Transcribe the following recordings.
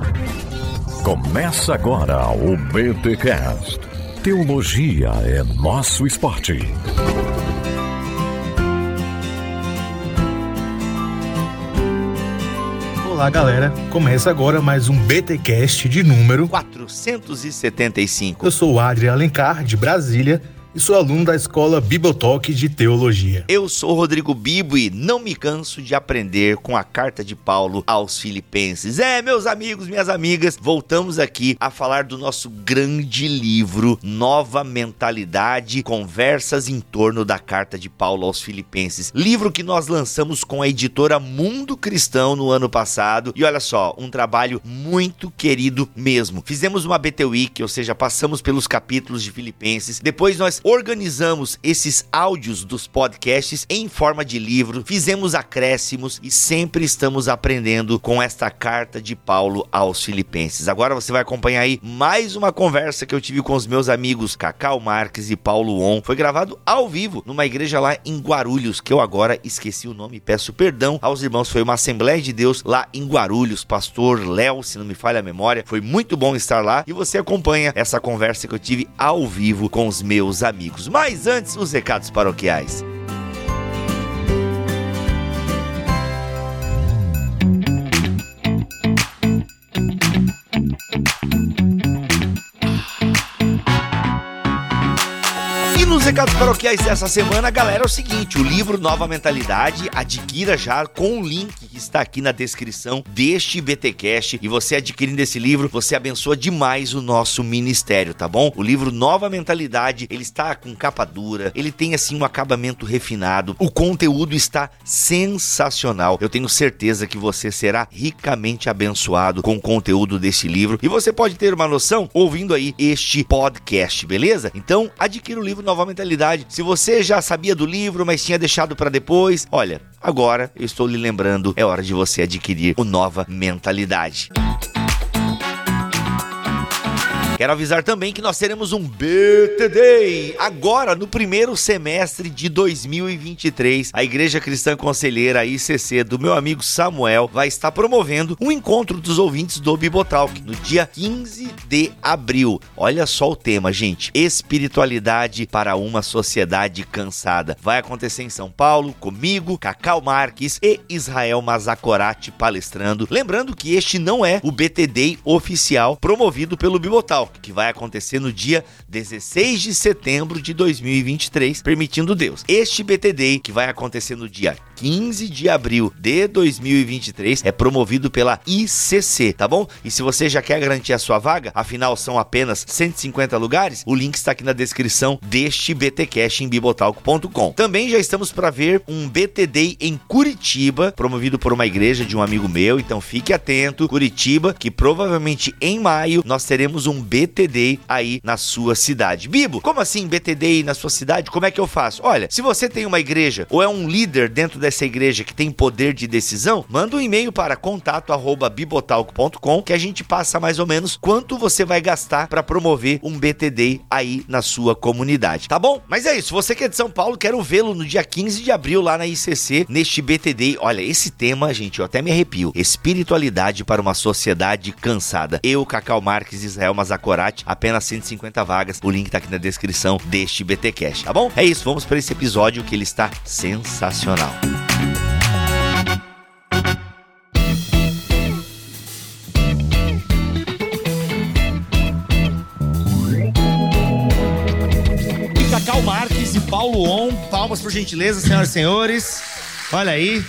Começa agora o BTcast. Teologia é nosso esporte. Olá, galera. Começa agora mais um BTcast de número 475. Eu sou o Adriano Alencar, de Brasília, e sou aluno da Escola Bibotalk de Teologia. Eu sou o Rodrigo Bibo e não me canso de aprender com a carta de Paulo aos Filipenses. Meus amigos, minhas amigas, voltamos aqui a falar do nosso grande livro, Nova Mentalidade, Conversas em torno da carta de Paulo aos Filipenses. Livro que nós lançamos com a editora Mundo Cristão no ano passado. E olha só, um trabalho muito querido mesmo. Fizemos uma BT Week, ou seja, passamos pelos capítulos de Filipenses. Depois nós organizamos esses áudios dos podcasts em forma de livro, fizemos acréscimos e sempre estamos aprendendo com esta carta de Paulo aos Filipenses. Agora você vai acompanhar aí mais uma conversa que eu tive com os meus amigos Cacau Marques e Paulo On. Foi gravado ao vivo numa igreja lá em Guarulhos, que eu agora esqueci o nome, peço perdão aos irmãos. Foi uma Assembleia de Deus lá em Guarulhos, pastor Léo, se não me falha a memória. Foi muito bom estar lá e você acompanha essa conversa que eu tive ao vivo com os meus amigos. Mas antes, os recados paroquiais. Nos recados paroquiais dessa semana, galera, é o seguinte: o livro Nova Mentalidade, adquira já com o link que está aqui na descrição deste BTcast, e você adquirindo esse livro, você abençoa demais o nosso ministério, tá bom? O livro Nova Mentalidade, ele está com capa dura, ele tem assim um acabamento refinado, o conteúdo está sensacional. Eu tenho certeza que você será ricamente abençoado com o conteúdo desse livro, e você pode ter uma noção ouvindo aí este podcast, beleza? Então, adquira o livro Nova Mentalidade. Se você já sabia do livro, mas tinha deixado para depois, olha, agora eu estou lhe lembrando, é hora de você adquirir o Nova Mentalidade. Quero avisar também que nós teremos um BT Day agora no primeiro semestre de 2023. A Igreja Cristã Conselheira, a ICC, do meu amigo Samuel, vai estar promovendo um encontro dos ouvintes do Bibotalk no dia 15 de abril. Olha só o tema, gente: espiritualidade para uma sociedade cansada. Vai acontecer em São Paulo, comigo, Cacau Marques e Israel Mazakorati palestrando. Lembrando que este não é o BT Day oficial promovido pelo Bibotalk, que vai acontecer no dia 16 de setembro de 2023, permitindo Deus. Este BT Day, que vai acontecer no dia 15 de abril de 2023, é promovido pela ICC, tá bom? E se você já quer garantir a sua vaga, afinal são apenas 150 lugares, o link está aqui na descrição deste BTcast em bibotalk.com. Também já estamos para ver um BT Day em Curitiba, promovido por uma igreja de um amigo meu, então fique atento, Curitiba, que provavelmente em maio nós teremos um BT Day aí na sua cidade. Bibo, como assim BT Day na sua cidade? Como é que eu faço? Olha, se você tem uma igreja ou é um líder dentro dessa igreja que tem poder de decisão, manda um e-mail para contato@bibotalk.com que a gente passa mais ou menos quanto você vai gastar para promover um BT Day aí na sua comunidade, tá bom? Mas é isso, você que é de São Paulo, quero vê-lo no dia 15 de abril lá na ICC, neste BT Day. Olha, esse tema, gente, eu até me arrepio: espiritualidade para uma sociedade cansada. Eu, Cacau Marques e Israel Mazakorati, apenas 150 vagas, o link tá aqui na descrição deste BTcast, tá bom? É isso, vamos para esse episódio que ele está sensacional. Cacau Marques e Paulo On, palmas por gentileza, senhoras e senhores. Olha aí.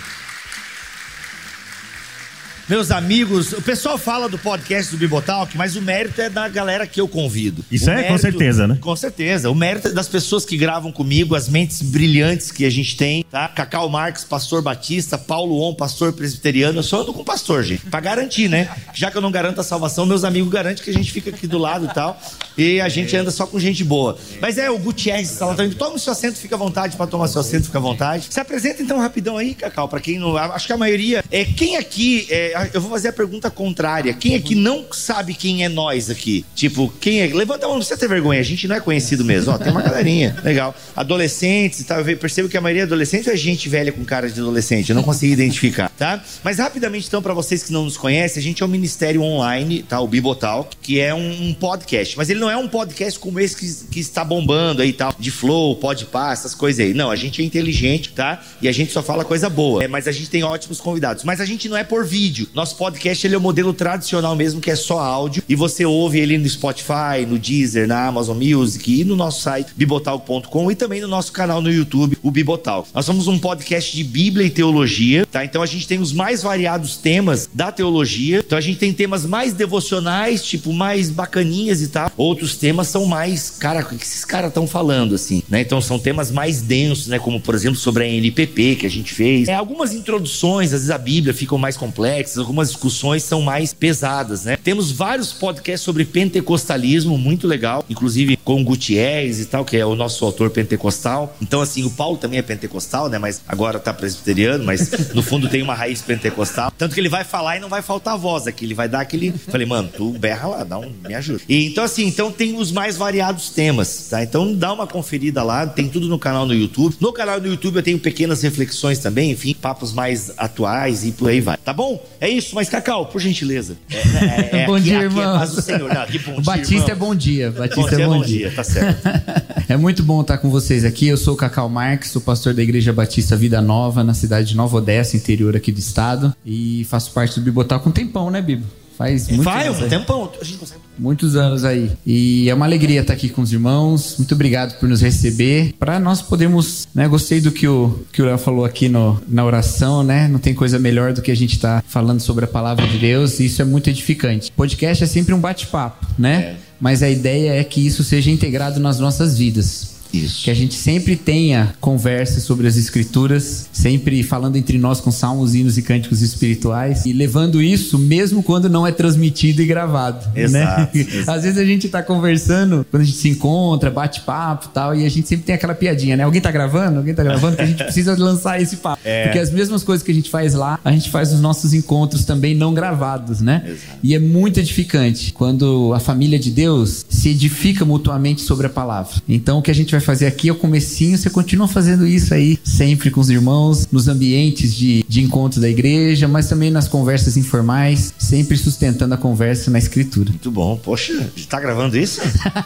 Meus amigos, o pessoal fala do podcast do Bibotalk, mas o mérito é da galera que eu convido. Isso é, com certeza, né? Com certeza. O mérito é das pessoas que gravam comigo, as mentes brilhantes que a gente tem, tá? Cacau Marques, pastor batista, Paulo On, pastor presbiteriano. Eu só ando com pastor, gente, pra garantir, né? Já que eu não garanto a salvação, meus amigos garantem que a gente fica aqui do lado e tal, e a gente anda só com gente boa. Mas o Gutierrez está lá também. Toma o seu assento, fica à vontade. Pra tomar seu assento, fica à vontade. Se apresenta então rapidão aí, Cacau, pra quem não... Acho que a maioria... Quem aqui... eu vou fazer a pergunta contrária. Quem aqui não sabe quem é nós aqui? Tipo, quem é? Levanta a mão, não precisa ter vergonha. A gente não é conhecido mesmo. Ó, tem uma galerinha. Legal. Adolescentes e tal. Eu percebo que a maioria é adolescente ou é gente velha com cara de adolescente? Eu não consegui identificar, tá? Mas rapidamente, então, pra vocês que não nos conhecem, a gente é um ministério online, tá? O Bibotalk, que é um podcast. Mas ele não é um podcast como esse que está bombando aí e tal, de Flow, Podpah, essas coisas aí. Não, a gente é inteligente, tá? E a gente só fala coisa boa. Mas a gente tem ótimos convidados. Mas a gente não é por vídeo. Nosso podcast, ele é o modelo tradicional mesmo, que é só áudio. E você ouve ele no Spotify, no Deezer, na Amazon Music e no nosso site, bibotalk.com, e também no nosso canal no YouTube, o Bibotalk. Nós somos um podcast de Bíblia e teologia, tá? Então a gente tem os mais variados temas da teologia. Então a gente tem temas mais devocionais, tipo, mais bacaninhas e tal. Outros temas são mais, cara, o que esses caras estão falando, assim, né? Então são temas mais densos, né? Como, por exemplo, sobre a NPP que a gente fez. Algumas introduções, às vezes a Bíblia ficam mais complexas, algumas discussões são mais pesadas, né? Temos vários podcasts sobre pentecostalismo, muito legal, inclusive com o Gutierrez e tal, que é o nosso autor pentecostal. Então, assim, o Paulo também é pentecostal, né? Mas agora tá presbiteriano, mas no fundo tem uma raiz pentecostal. Tanto que ele vai falar e não vai faltar voz aqui, ele vai dar aquele... Falei, mano, tu berra lá, me ajuda. E, então, assim, tem os mais variados temas, tá? Então dá uma conferida lá, tem tudo no canal no YouTube. No canal do YouTube eu tenho pequenas reflexões também, enfim, papos mais atuais e por aí vai. Tá bom? É isso, mas Cacau, por gentileza. Bom dia, irmão. Aqui é paz do Senhor. Não, aqui, bom Batista dia, é bom dia. Batista é bom dia. Tá certo. É muito bom estar com vocês aqui. Eu sou o Cacau Marques, sou pastor da Igreja Batista Vida Nova, na cidade de Nova Odessa, interior aqui do estado. E faço parte do Bibotalk com um tempão, né, Bibo? Faz muitos anos um tempão. A gente consegue... Muitos anos aí. E é uma alegria estar aqui com os irmãos. Muito obrigado por nos receber. Para nós podermos, né? Gostei do que o Léo falou aqui na oração, né? Não tem coisa melhor do que a gente estar falando sobre a palavra de Deus. E isso é muito edificante. Podcast é sempre um bate-papo, né? Mas a ideia é que isso seja integrado nas nossas vidas. Isso. Que a gente sempre tenha conversas sobre as escrituras, sempre falando entre nós com salmos, hinos e cânticos espirituais, e levando isso mesmo quando não é transmitido e gravado. Exato, né? exato. Às vezes a gente tá conversando, quando a gente se encontra, bate papo e tal, e a gente sempre tem aquela piadinha, né? Alguém tá gravando? Que a gente precisa lançar esse papo. Porque as mesmas coisas que a gente faz lá, a gente faz nos nossos encontros também não gravados, né? Exato. E é muito edificante quando a família de Deus se edifica mutuamente sobre a palavra. Então o que a gente vai fazer aqui é o comecinho, você continua fazendo isso aí sempre com os irmãos, nos ambientes de encontro da igreja, mas também nas conversas informais, sempre sustentando a conversa na escritura. Muito bom. Poxa, tá gravando isso?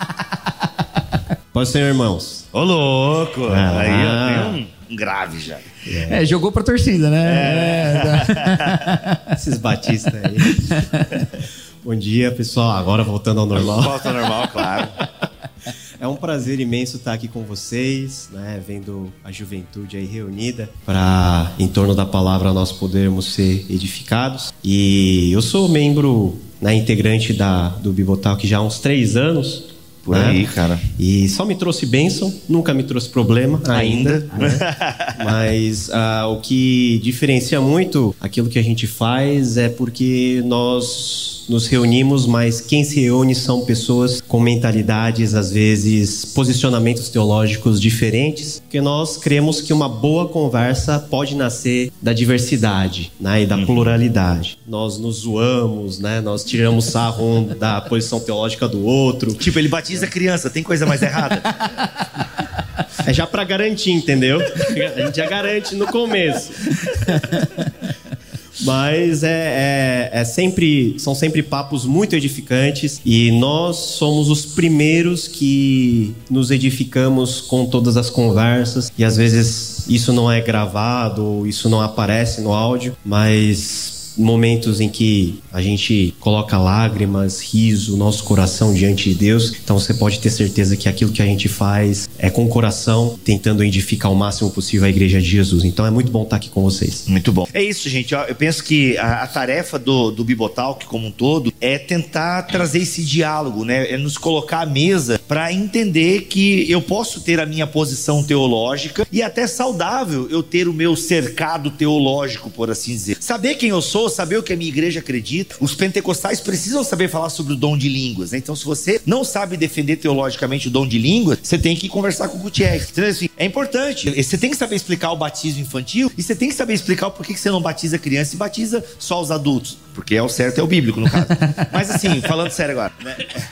Pode ser, irmãos. Ô, louco! Aí eu tenho um grave já. Jogou pra torcida, né? Esses batistas aí. Bom dia, pessoal. Agora voltando ao normal. Volta ao normal, claro. É um prazer imenso estar aqui com vocês, né? Vendo a juventude aí reunida para, em torno da palavra, nós podermos ser edificados. E eu sou membro, né, integrante do Bibotalk já há uns 3 anos. Por aí, cara. E só me trouxe bênção, nunca me trouxe problema ainda. Né? Mas o que diferencia muito aquilo que a gente faz é porque nós nos reunimos, mas quem se reúne são pessoas com mentalidades, às vezes, posicionamentos teológicos diferentes, porque nós cremos que uma boa conversa pode nascer da diversidade, né, e da pluralidade. Nós nos zoamos, né, nós tiramos sarro da posição teológica do outro. Tipo, ele batiza criança, tem coisa mais errada? É já pra garantir, entendeu? A gente já garante no começo. Mas são sempre papos muito edificantes e nós somos os primeiros que nos edificamos com todas as conversas e às vezes isso não é gravado, isso não aparece no áudio, mas momentos em que a gente coloca lágrimas, riso, nosso coração diante de Deus. Então você pode ter certeza que aquilo que a gente faz é com o coração, tentando edificar o máximo possível a Igreja de Jesus. Então é muito bom estar aqui com vocês. Muito bom. É isso, gente. Eu penso que a tarefa do Bibotalk como um todo é tentar trazer esse diálogo, né? É nos colocar à mesa para entender que eu posso ter a minha posição teológica e até saudável eu ter o meu cercado teológico, por assim dizer. Saber quem eu sou, saber o que a minha igreja acredita. Os pentecostais precisam saber falar sobre o dom de línguas, né? Então, se você não sabe defender teologicamente o dom de línguas, você tem que conversar com o Gutierrez. Então, assim, É importante. Você tem que saber explicar o batismo infantil e você tem que saber explicar o porquê que você não batiza a criança e batiza só os adultos. Porque é o certo, é o bíblico, no caso. Mas assim, falando sério agora, né?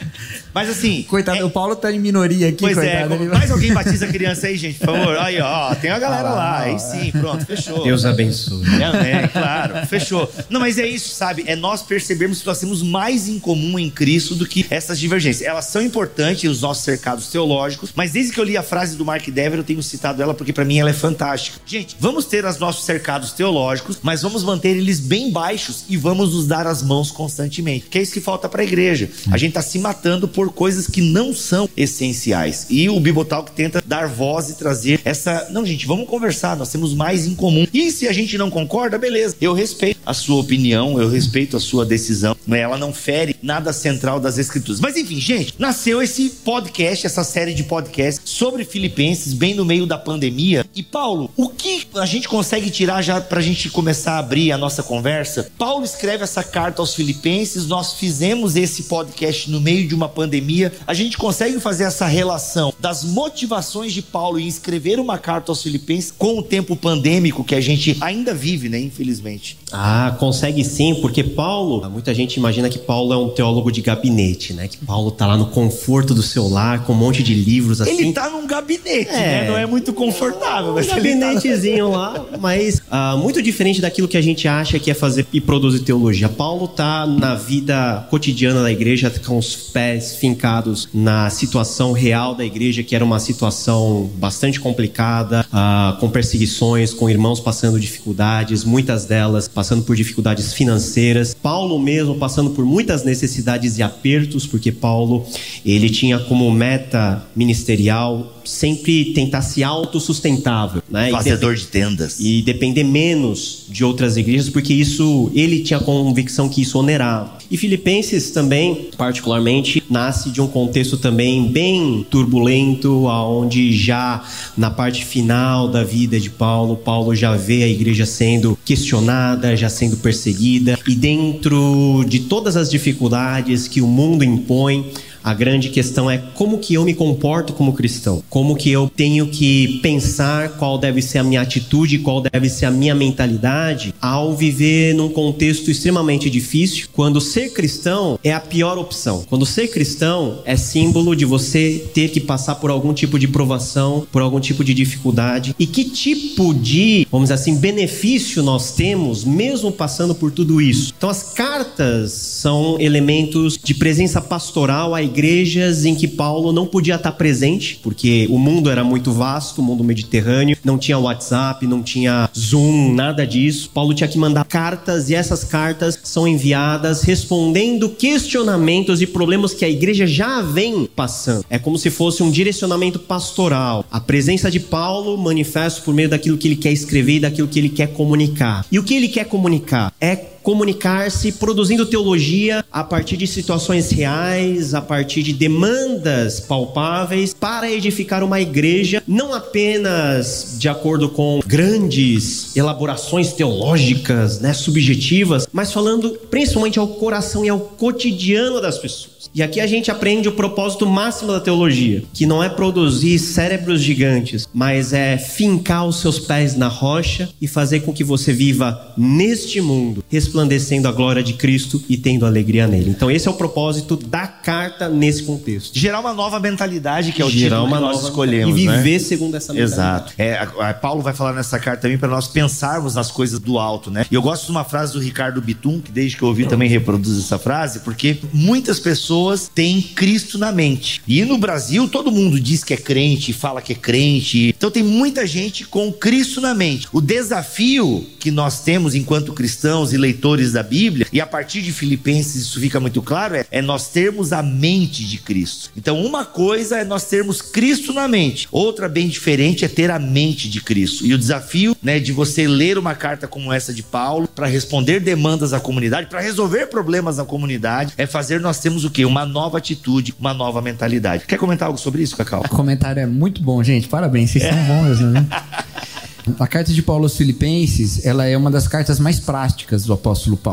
Mas assim... Coitado, o Paulo tá em minoria aqui, pois coitado. Mais alguém batiza a criança aí, gente, por favor. Aí, ó, tem a galera lá. Aí sim, pronto, fechou. Deus abençoe. É, claro, fechou. Não, mas é isso, sabe? É nós percebermos que nós temos mais em comum em Cristo do que essas divergências. Elas são importantes, os nossos cercados teológicos, mas desde que eu li a frase do Mark Dever, eu tenho citado ela porque pra mim ela é fantástica. Gente, vamos ter os nossos cercados teológicos, mas vamos manter eles bem baixos e vamos nos dar as mãos constantemente. Que é isso que falta pra igreja. A gente tá se matando por coisas que não são essenciais. E o Bibotalk tenta dar voz e trazer essa... Não, gente, vamos conversar, nós temos mais em comum. E se a gente não concorda, beleza. Eu respeito a sua opinião, eu respeito a sua decisão. Ela não fere nada central das Escrituras. Mas enfim, gente, nasceu esse podcast, essa série de podcasts sobre Filipenses, bem no meio da pandemia. E Paulo, o que a gente consegue tirar já pra gente começar a abrir a nossa conversa? Paulo escreve essa carta aos Filipenses, nós fizemos esse podcast no meio de uma pandemia. A gente consegue fazer essa relação das motivações de Paulo em escrever uma carta aos Filipenses com o tempo pandêmico que a gente ainda vive, né? Infelizmente. Consegue sim, porque Paulo, muita gente imagina que Paulo é um teólogo de gabinete, né? Que Paulo tá lá no conforto do seu lar, com um monte de livros assim. Ele tá num gabinete, né? Não é muito confortável, mas gabinetezinho lá, mas muito diferente daquilo que a gente acha que é fazer e produzir teologia. Paulo tá na vida cotidiana da igreja, com os pés fincados na situação real da igreja, que era uma situação bastante complicada, com perseguições, com irmãos passando dificuldades, muitas delas passando por dificuldades financeiras. Paulo mesmo passando por muitas necessidades e apertos, porque Paulo, ele tinha como meta ministerial sempre tentar ser autossustentável, né? Fazedor de tendas. E depender menos de outras igrejas, porque isso, ele tinha convicção que isso onerava. E Filipenses também, particularmente, nasce de um contexto também bem turbulento, onde já na parte final da vida de Paulo já vê a igreja sendo questionada, já sendo perseguida, e dentro de todas as dificuldades que o mundo impõe, a grande questão é como que eu me comporto como cristão, como que eu tenho que pensar qual deve ser a minha atitude, qual deve ser a minha mentalidade ao viver num contexto extremamente difícil, quando ser cristão é a pior opção. Quando ser cristão é símbolo de você ter que passar por algum tipo de provação, por algum tipo de dificuldade. E que tipo de, vamos dizer assim, benefício nós temos mesmo passando por tudo isso? Então as cartas são elementos de presença pastoral à igrejas em que Paulo não podia estar presente, porque o mundo era muito vasto, o mundo mediterrâneo, não tinha WhatsApp, não tinha Zoom, nada disso. Paulo tinha que mandar cartas, e essas cartas são enviadas respondendo questionamentos e problemas que a igreja já vem passando. É como se fosse um direcionamento pastoral. A presença de Paulo manifesta por meio daquilo que ele quer escrever e daquilo que ele quer comunicar. E o que ele quer comunicar? É comunicar-se produzindo teologia a partir de situações reais, a partir de demandas palpáveis, para edificar uma igreja, não apenas de acordo com grandes elaborações teológicas, né, subjetivas, mas falando principalmente ao coração e ao cotidiano das pessoas. E aqui a gente aprende o propósito máximo da teologia, que não é produzir cérebros gigantes, mas é fincar os seus pés na rocha e fazer com que você viva neste mundo, resplandecendo a glória de Cristo e tendo alegria nele. Então esse é o propósito da carta nesse contexto. Gerar uma nova mentalidade, que é o título que nós escolhemos, e viver, né? Segundo essa mentalidade. Exato. Paulo vai falar nessa carta também para nós pensarmos nas coisas do alto, né? E eu gosto de uma frase do Ricardo Bitum, que desde que eu ouvi também reproduz essa frase, porque muitas pessoas têm Cristo na mente. E no Brasil todo mundo diz que é crente, fala que é crente. Então tem muita gente com Cristo na mente. O desafio que nós temos enquanto cristãos e leitores da Bíblia, e a partir de Filipenses isso fica muito claro, é nós termos a mente de Cristo. Então uma coisa é nós termos Cristo na mente, outra bem diferente é ter a mente de Cristo. E o desafio, né, de você ler uma carta como essa de Paulo para responder demandas da comunidade, para resolver problemas na comunidade, é fazer nós termos o quê? Uma nova atitude, uma nova mentalidade. Quer comentar algo sobre isso, Cacau? O comentário é muito bom, gente. Parabéns, vocês são bons, né? A carta de Paulo aos Filipenses, ela é uma das cartas mais práticas do apóstolo Paulo.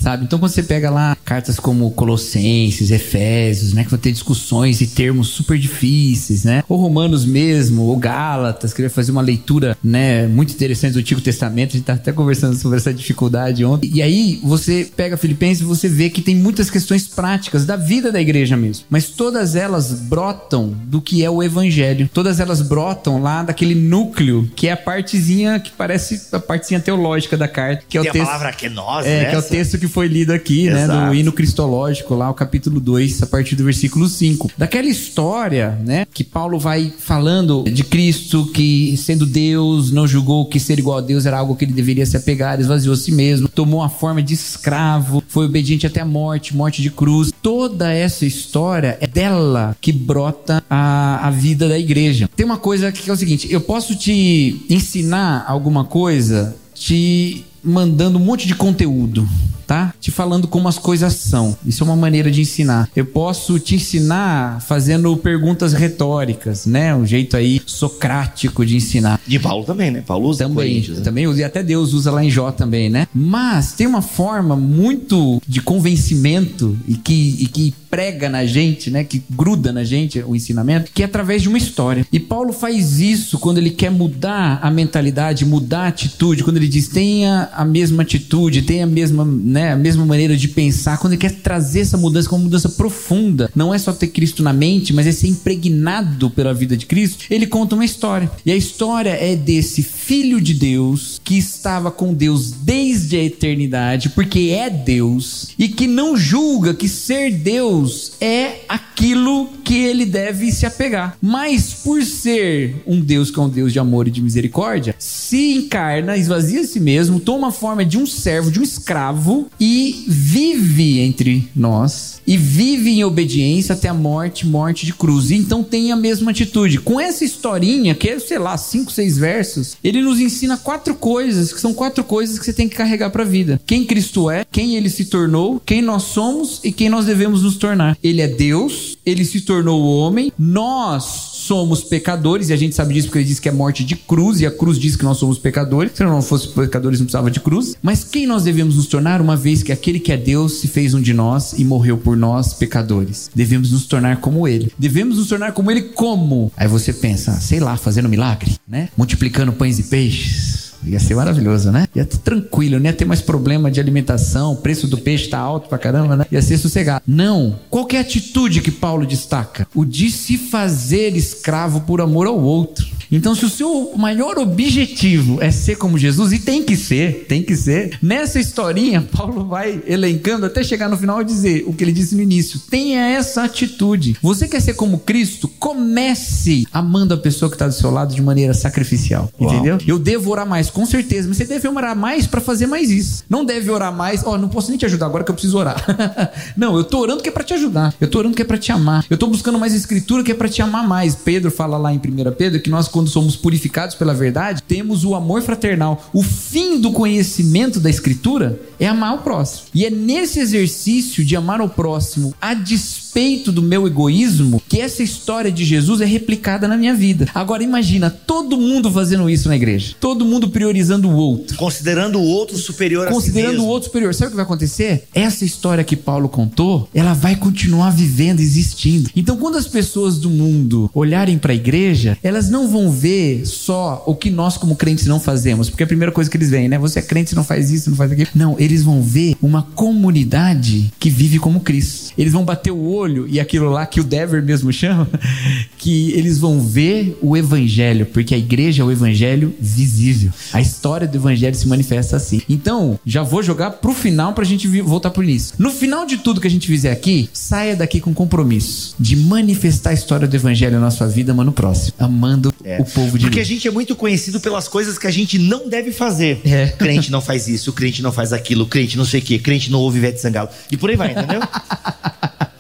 sabe? Então quando você pega lá cartas como Colossenses, Efésios, né, que vão ter discussões e termos super difíceis, né? Ou Romanos mesmo, ou Gálatas, que vai fazer uma leitura, né, muito interessante do Antigo Testamento. A gente tá até conversando sobre essa dificuldade ontem. E aí você pega Filipenses e você vê que tem muitas questões práticas da vida da igreja mesmo. Mas todas elas brotam do que é o evangelho. Todas elas brotam lá daquele núcleo que é a partezinha que parece a partezinha teológica da carta, que é tem o texto, a palavra que nós, que é o texto que foi lido aqui, né, do hino cristológico, lá o capítulo 2, a partir do versículo 5. Daquela história, né, que Paulo vai falando de Cristo, que sendo Deus, não julgou que ser igual a Deus era algo que ele deveria se apegar, esvaziou a si mesmo, tomou a forma de escravo, foi obediente até a morte de cruz. Toda essa história é dela que brota a vida da igreja. Tem uma coisa que é o seguinte: eu posso te ensinar alguma coisa te mandando um monte de conteúdo, tá? Te falando como as coisas são. Isso é uma maneira de ensinar. Eu posso te ensinar fazendo perguntas retóricas, né? Um jeito aí socrático de ensinar. De Paulo também, né? Paulo usa também usa, e até Deus usa lá em Jó também, né? Mas tem uma forma muito de convencimento e que prega na gente, né? Que gruda na gente o ensinamento, que é através de uma história. E Paulo faz isso quando ele quer mudar a mentalidade, mudar a atitude, quando ele diz tenha a mesma atitude, tenha a mesma, né, a mesma maneira de pensar, quando ele quer trazer essa mudança como uma mudança profunda. Não é só ter Cristo na mente, mas é ser impregnado pela vida de Cristo. Ele conta uma história. E a história é desse Filho de Deus que estava com Deus desde a eternidade, porque é Deus, e que não julga que ser Deus é aquilo que ele deve se apegar. Mas por ser um Deus que é um Deus de amor e de misericórdia, se encarna, esvazia a si mesmo, toma a forma de um servo, de um escravo, e vive entre nós, e vive em obediência até a morte de cruz. E então tem a mesma atitude. Com essa historinha, que é, sei lá, 5, 6 versos, ele nos ensina 4 coisas, que são 4 coisas que você tem que carregar para a vida. Quem Cristo é, quem ele se tornou, quem nós somos e quem nós devemos nos tornar. Ele é Deus, ele se tornou homem, nós somos pecadores, e a gente sabe disso porque ele diz que é morte de cruz, e a cruz diz que nós somos pecadores. Se não fosse pecadores, não precisava de cruz. Mas quem nós devemos nos tornar, uma vez que aquele que é Deus se fez um de nós e morreu por nós, pecadores? Devemos nos tornar como ele. Devemos nos tornar como ele como? Aí você pensa, sei lá, fazendo milagre, né? Multiplicando pães e peixes. Ia ser maravilhoso, né? Ia ter tranquilo, não ia ter mais problema de alimentação, o preço do peixe tá alto pra caramba, né? Ia ser sossegado. Não. Qual que é a atitude que Paulo destaca? O de se fazer escravo por amor ao outro. Então, se o seu maior objetivo é ser como Jesus, e tem que ser, nessa historinha, Paulo vai elencando até chegar no final e dizer o que ele disse no início: tenha essa atitude. Você quer ser como Cristo? Comece amando a pessoa que está do seu lado de maneira sacrificial. Uau. Entendeu? Eu devo orar mais, com certeza, mas você deve orar mais para fazer mais isso. Não deve orar mais, não posso nem te ajudar agora que eu preciso orar. Não, eu tô orando que é para te ajudar, eu tô orando que é para te amar, eu tô buscando mais escritura que é para te amar mais. Pedro fala lá em 1 Pedro que nós, quando somos purificados pela verdade, temos o amor fraternal. O fim do conhecimento da escritura é amar o próximo. E é nesse exercício de amar o próximo a despeito do meu egoísmo que essa história de Jesus é replicada na minha vida. Agora imagina, todo mundo fazendo isso na igreja. Todo mundo priorizando o outro. Considerando o outro superior a si mesmo. Considerando o outro superior. Sabe o que vai acontecer? Essa história que Paulo contou, ela vai continuar vivendo, existindo. Então quando as pessoas do mundo olharem para a igreja, elas não vão ver só o que nós como crentes não fazemos, porque a primeira coisa que eles veem, né? Você é crente, você não faz isso, não faz aquilo. Não, eles vão ver uma comunidade que vive como Cristo. Eles vão bater o olho, e aquilo lá que o Dever mesmo chama, que eles vão ver o evangelho, porque a igreja é o evangelho visível. A história do evangelho se manifesta assim. Então, já vou jogar pro final pra gente voltar pro início. No final de tudo que a gente fizer aqui, saia daqui com compromisso de manifestar a história do evangelho na sua vida, mano, próximo. Amando o povo de Porque Deus. A gente é muito conhecido pelas coisas que a gente não deve fazer. O crente não faz isso, o crente não faz aquilo, o crente não sei o que, crente não ouve Ivete Sangalo. E por aí vai, entendeu?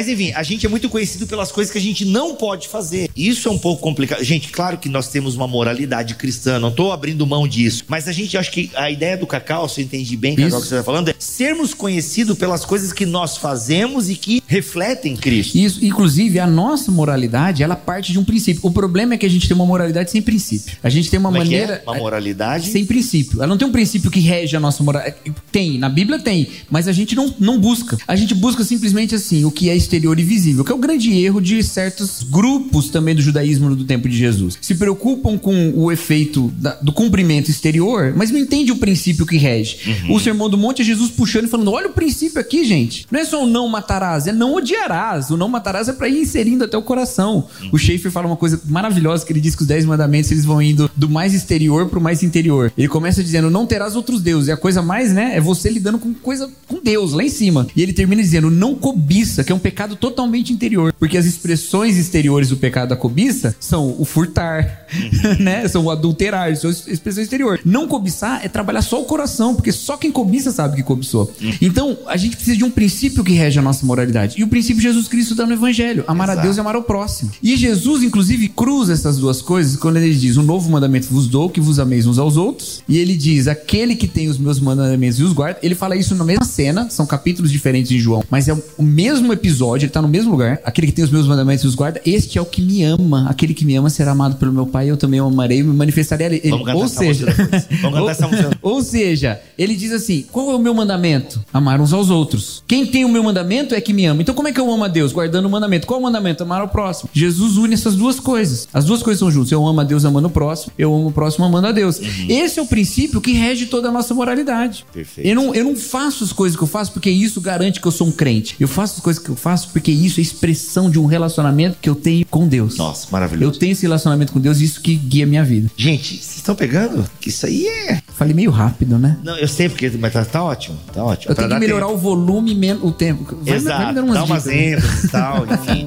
Mas enfim, a gente é muito conhecido pelas coisas que a gente não pode fazer. Isso é um pouco complicado. Gente, claro que nós temos uma moralidade cristã, não tô abrindo mão disso. Mas a gente, acho que a ideia do Cacau, se eu entendi bem, Cacau, o que você está falando, é sermos conhecidos pelas coisas que nós fazemos e que refletem Cristo. Isso, inclusive, a nossa moralidade, ela parte de um princípio. O problema é que a gente tem uma moralidade sem princípio. A gente tem uma maneira... Uma moralidade? Sem princípio. Ela não tem um princípio que rege a nossa moral. Tem, na Bíblia tem, mas a gente não busca. A gente busca simplesmente assim, o que é exterior e visível, que é o grande erro de certos grupos também do judaísmo do tempo de Jesus. Se preocupam com o efeito do cumprimento exterior, mas não entende o princípio que rege. O Sermão do Monte é Jesus puxando e falando, olha o princípio aqui, gente. Não é só o não matarás, é não odiarás. O não matarás é para ir inserindo até o coração. O Schaeffer fala uma coisa maravilhosa, que ele diz que os 10 mandamentos, eles vão indo do mais exterior pro mais interior. Ele começa dizendo, não terás outros deuses. E a coisa mais, né, é você lidando com Deus, lá em cima. E ele termina dizendo, não cobiça, que é um pecado totalmente interior. Porque as expressões exteriores do pecado da cobiça são o furtar, né, são o adulterar, são expressões exterior. Não cobiçar é trabalhar só o coração, porque só quem cobiça sabe que cobiçou. Então, a gente precisa de um princípio que rege a nossa moralidade. E o princípio Jesus Cristo dá no Evangelho, amar a Deus e amar ao próximo. E Jesus, inclusive, cruza essas duas coisas quando ele diz, um novo mandamento vos dou, que vos ameis uns aos outros. E ele diz, aquele que tem os meus mandamentos e os guarda. Ele fala isso na mesma cena, são capítulos diferentes em João, mas é o mesmo episódio, ele está no mesmo lugar. Aquele que tem os meus mandamentos e os guarda, este é o que me ama. Aquele que me ama será amado pelo meu Pai, eu também o amarei e me manifestarei a ele. Vamos cantar essa música depois. Vamos cantar essa música. Ou seja, ele diz assim, qual é o meu mandamento? Amar uns aos outros. Quem tem o meu mandamento é que me ama. Então como é que eu amo a Deus? Guardando o mandamento. Qual é o mandamento? Amar ao próximo. Jesus une essas duas coisas. As duas coisas são juntas. Eu amo a Deus amando o próximo, eu amo o próximo amando a Deus. Esse é o princípio que rege toda a nossa moralidade. Perfeito. Eu não faço as coisas que eu faço porque isso garante que eu sou um crente. Eu faço as coisas que eu faço porque isso é expressão de um relacionamento que eu tenho com Deus. Nossa, maravilhoso. Eu tenho esse relacionamento com Deus e isso que guia a minha vida. Gente, vocês estão pegando? Que isso aí é... Falei meio rápido, né? Não, eu sei porque, mas tá ótimo, tá ótimo. Eu tenho que melhorar o volume e o tempo. Exato, vai me dando dá umas ênfases e tal, enfim.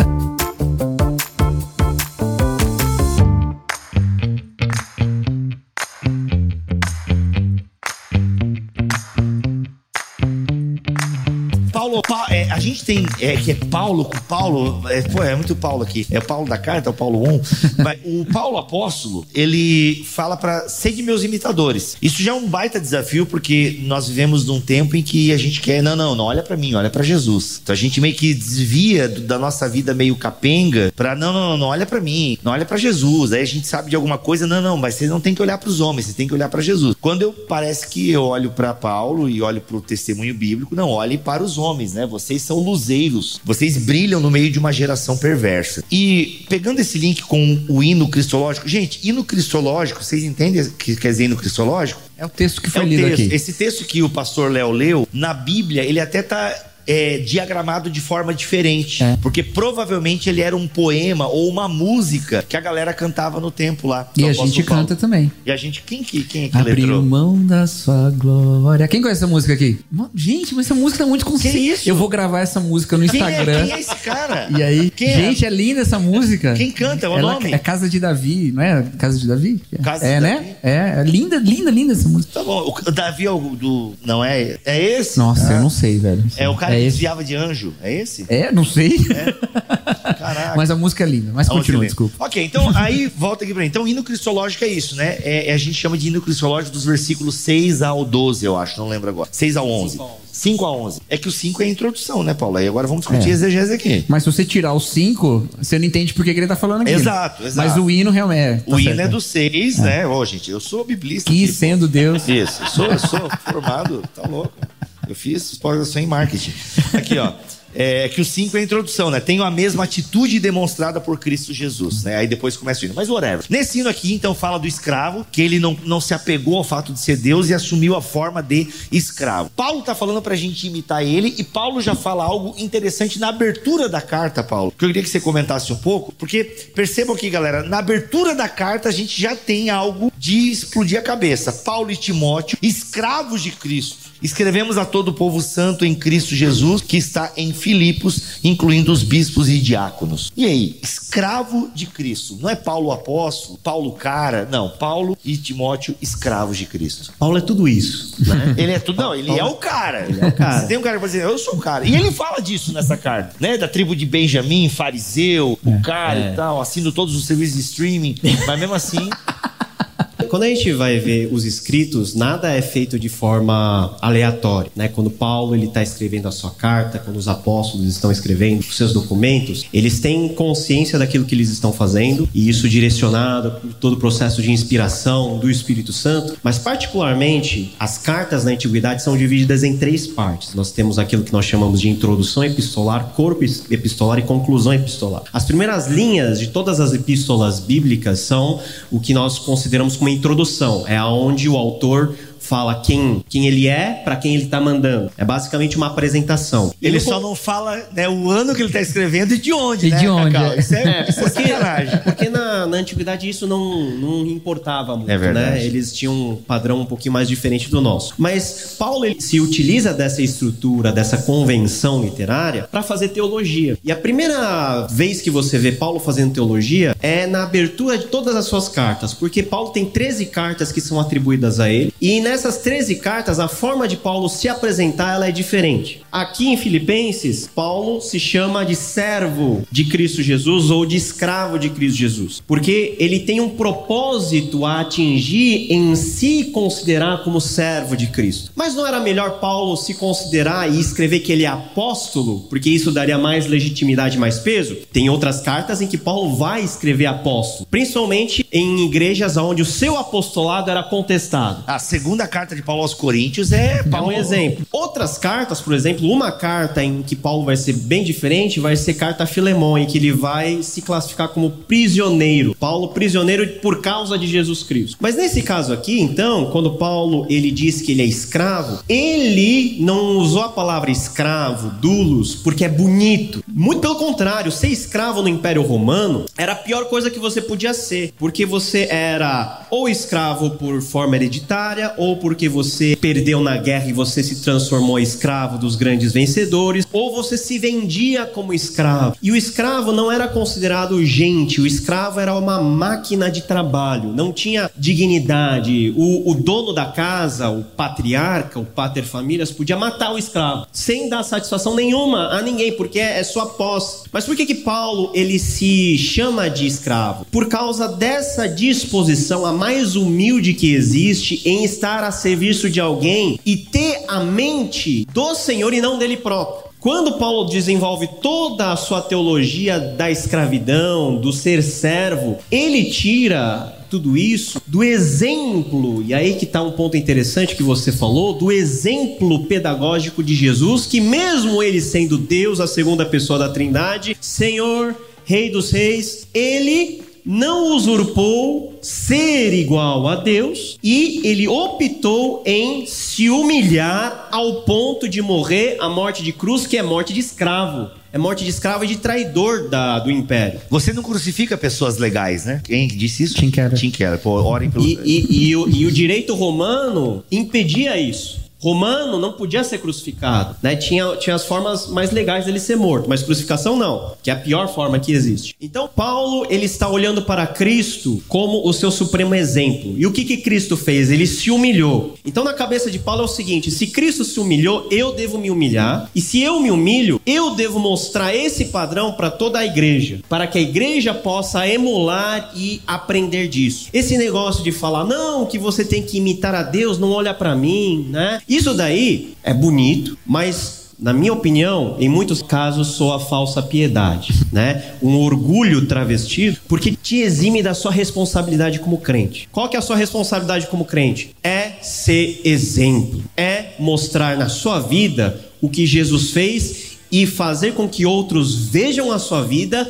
A gente tem, que é Paulo com Paulo, é muito Paulo aqui, é o Paulo da carta, é o Paulo 1, mas o Paulo apóstolo, ele fala para ser de meus imitadores. Isso já é um baita desafio, porque nós vivemos num tempo em que a gente quer, não olha para mim, olha para Jesus. Então a gente meio que desvia da nossa vida meio capenga para não olha para mim, não olha para Jesus. Aí a gente sabe de alguma coisa, mas você não tem que olhar para os homens, você tem que olhar para Jesus. Quando parece que eu olho para Paulo e olho para o testemunho bíblico, não, olhe para os homens, né? Vocês são luzeiros, vocês brilham no meio de uma geração perversa. E pegando esse link com o hino cristológico, gente, hino cristológico, vocês entendem o que quer dizer hino cristológico? É o texto que foi lido aqui. Esse texto que o pastor Léo leu, na Bíblia, ele até tá diagramado de forma diferente, porque provavelmente ele era um poema ou uma música que a galera cantava no templo lá. E a gente canta também. E a gente, quem é que abriu letrou? Mão da sua glória. Quem conhece essa música aqui? Gente, mas essa música tá muito conceito. Que isso? Eu vou gravar essa música no Instagram. Quem é esse cara? E aí, gente, é linda essa música. Quem canta? O nome? É Casa de Davi, não é? Casa de Davi? Casa de né? Davi? É linda essa música. Tá bom, o Davi é o do... Não é? É esse? Nossa, eu não sei, velho. É o cara que desviava de anjo, é esse? Não sei. Caraca. Mas a música é linda. Mas continua, desculpa. Ok, então aí volta aqui pra mim. Então, hino cristológico é isso, né? A gente chama de hino cristológico dos versículos 6 ao 12, eu acho, não lembro agora. 6 ao 11. 5 a 11. É que o 5 é a introdução, né, Paulo? Aí agora vamos discutir exegese aqui. Mas se você tirar o 5, você não entende por que ele tá falando aqui. Exato. Mas o hino realmente é. O hino é do 6, né? Gente, eu sou biblista. Que sendo Deus. Isso, eu sou formado, tá louco. Eu fiz pós-graduação em marketing. Aqui, ó. Que o 5 é a introdução, né? Tenho a mesma atitude demonstrada por Cristo Jesus, né? Aí depois começa o hino. Mas whatever. Nesse hino aqui, então, fala do escravo, que ele não se apegou ao fato de ser Deus e assumiu a forma de escravo. Paulo tá falando pra gente imitar ele, e Paulo já fala algo interessante na abertura da carta, Paulo, que eu queria que você comentasse um pouco, porque percebam aqui, galera, na abertura da carta a gente já tem algo de explodir a cabeça. Paulo e Timóteo, escravos de Cristo, escrevemos a todo o povo santo em Cristo Jesus, que está em Filipos, incluindo os bispos e diáconos. E aí, escravo de Cristo. Não é Paulo o apóstolo, Paulo o cara, não. Paulo e Timóteo, escravos de Cristo. Paulo é tudo isso, né? Ele é tudo, não, ele é o cara. Ele é o cara. Você tem um cara que vai dizer, eu sou o cara. E ele fala disso nessa carta, né? Da tribo de Benjamim, fariseu, o cara e tal, assino todos os serviços de streaming, mas mesmo assim... Quando a gente vai ver os escritos, nada é feito de forma aleatória, né? Quando Paulo ele está escrevendo a sua carta, quando os apóstolos estão escrevendo os seus documentos, eles têm consciência daquilo que eles estão fazendo, e isso direcionado por todo o processo de inspiração do Espírito Santo. Mas particularmente, as cartas na antiguidade são divididas em 3 partes. Nós temos aquilo que nós chamamos de introdução epistolar, corpo epistolar e conclusão epistolar. As primeiras linhas de todas as epístolas bíblicas são o que nós consideramos como introdução, é aonde o autor fala quem ele é, para quem ele está mandando. É basicamente uma apresentação. Ele só não fala, né, o ano que ele está escrevendo e de onde, né, Cacau? Cacau? Isso é sacanagem. Porque na antiguidade isso não importava muito, né? Eles tinham um padrão um pouquinho mais diferente do nosso. Mas Paulo ele se utiliza dessa estrutura, dessa convenção literária para fazer teologia. E a primeira vez que você vê Paulo fazendo teologia é na abertura de todas as suas cartas, porque Paulo tem 13 cartas que são atribuídas a ele, e nessas 13 cartas, a forma de Paulo se apresentar ela é diferente. Aqui em Filipenses, Paulo se chama de servo de Cristo Jesus ou de escravo de Cristo Jesus, porque ele tem um propósito a atingir em se considerar como servo de Cristo. Mas não era melhor Paulo se considerar e escrever que ele é apóstolo, porque isso daria mais legitimidade e mais peso? Tem outras cartas em que Paulo vai escrever apóstolo, principalmente em igrejas onde o seu apostolado era contestado. A segunda carta de Paulo aos Coríntios é um exemplo. Outras cartas, por exemplo, uma carta em que Paulo vai ser bem diferente, vai ser carta a Filemon, em que ele vai se classificar como prisioneiro. Paulo prisioneiro por causa de Jesus Cristo. Mas nesse caso aqui, então, quando Paulo ele diz que ele é escravo, ele não usou a palavra escravo, doulos, porque é bonito. Muito pelo contrário, ser escravo no Império Romano era a pior coisa que você podia ser, porque você era ou escravo por forma hereditária, ou porque você perdeu na guerra e você se transformou em escravo dos grandes vencedores, ou você se vendia como escravo. E o escravo não era considerado gente, o escravo era uma máquina de trabalho, não tinha dignidade. O dono da casa, o patriarca, o pater familias, podia matar o escravo, sem dar satisfação nenhuma a ninguém, porque é sua posse. Mas por que Paulo ele se chama de escravo? Por causa dessa disposição, a mais humilde que existe, em estar a serviço de alguém e ter a mente do Senhor e não dele próprio. Quando Paulo desenvolve toda a sua teologia da escravidão, do ser servo, ele tira tudo isso do exemplo, e aí que está um ponto interessante que você falou, do exemplo pedagógico de Jesus, que mesmo ele sendo Deus, a segunda pessoa da Trindade, Senhor, Rei dos Reis, ele não usurpou ser igual a Deus e ele optou em se humilhar ao ponto de morrer a morte de cruz, que é morte de escravo. É morte de escravo e de traidor do império. Você não crucifica pessoas legais, né? Quem disse isso? Tim Keller. Pô, orem pelo... E o direito romano impedia isso. Romano não podia ser crucificado, né? Tinha as formas mais legais dele ser morto, mas crucificação não, que é a pior forma que existe. Então Paulo, ele está olhando para Cristo como o seu supremo exemplo. E o que Cristo fez? Ele se humilhou. Então na cabeça de Paulo é o seguinte: se Cristo se humilhou, eu devo me humilhar. E se eu me humilho, eu devo mostrar esse padrão para toda a igreja, para que a igreja possa emular e aprender disso. Esse negócio de falar, não, que você tem que imitar a Deus, não olha para mim, né? Isso daí é bonito, mas, na minha opinião, em muitos casos soa falsa piedade, né? Um orgulho travestido, porque te exime da sua responsabilidade como crente. Qual que é a sua responsabilidade como crente? É ser exemplo, é mostrar na sua vida o que Jesus fez e fazer com que outros vejam a sua vida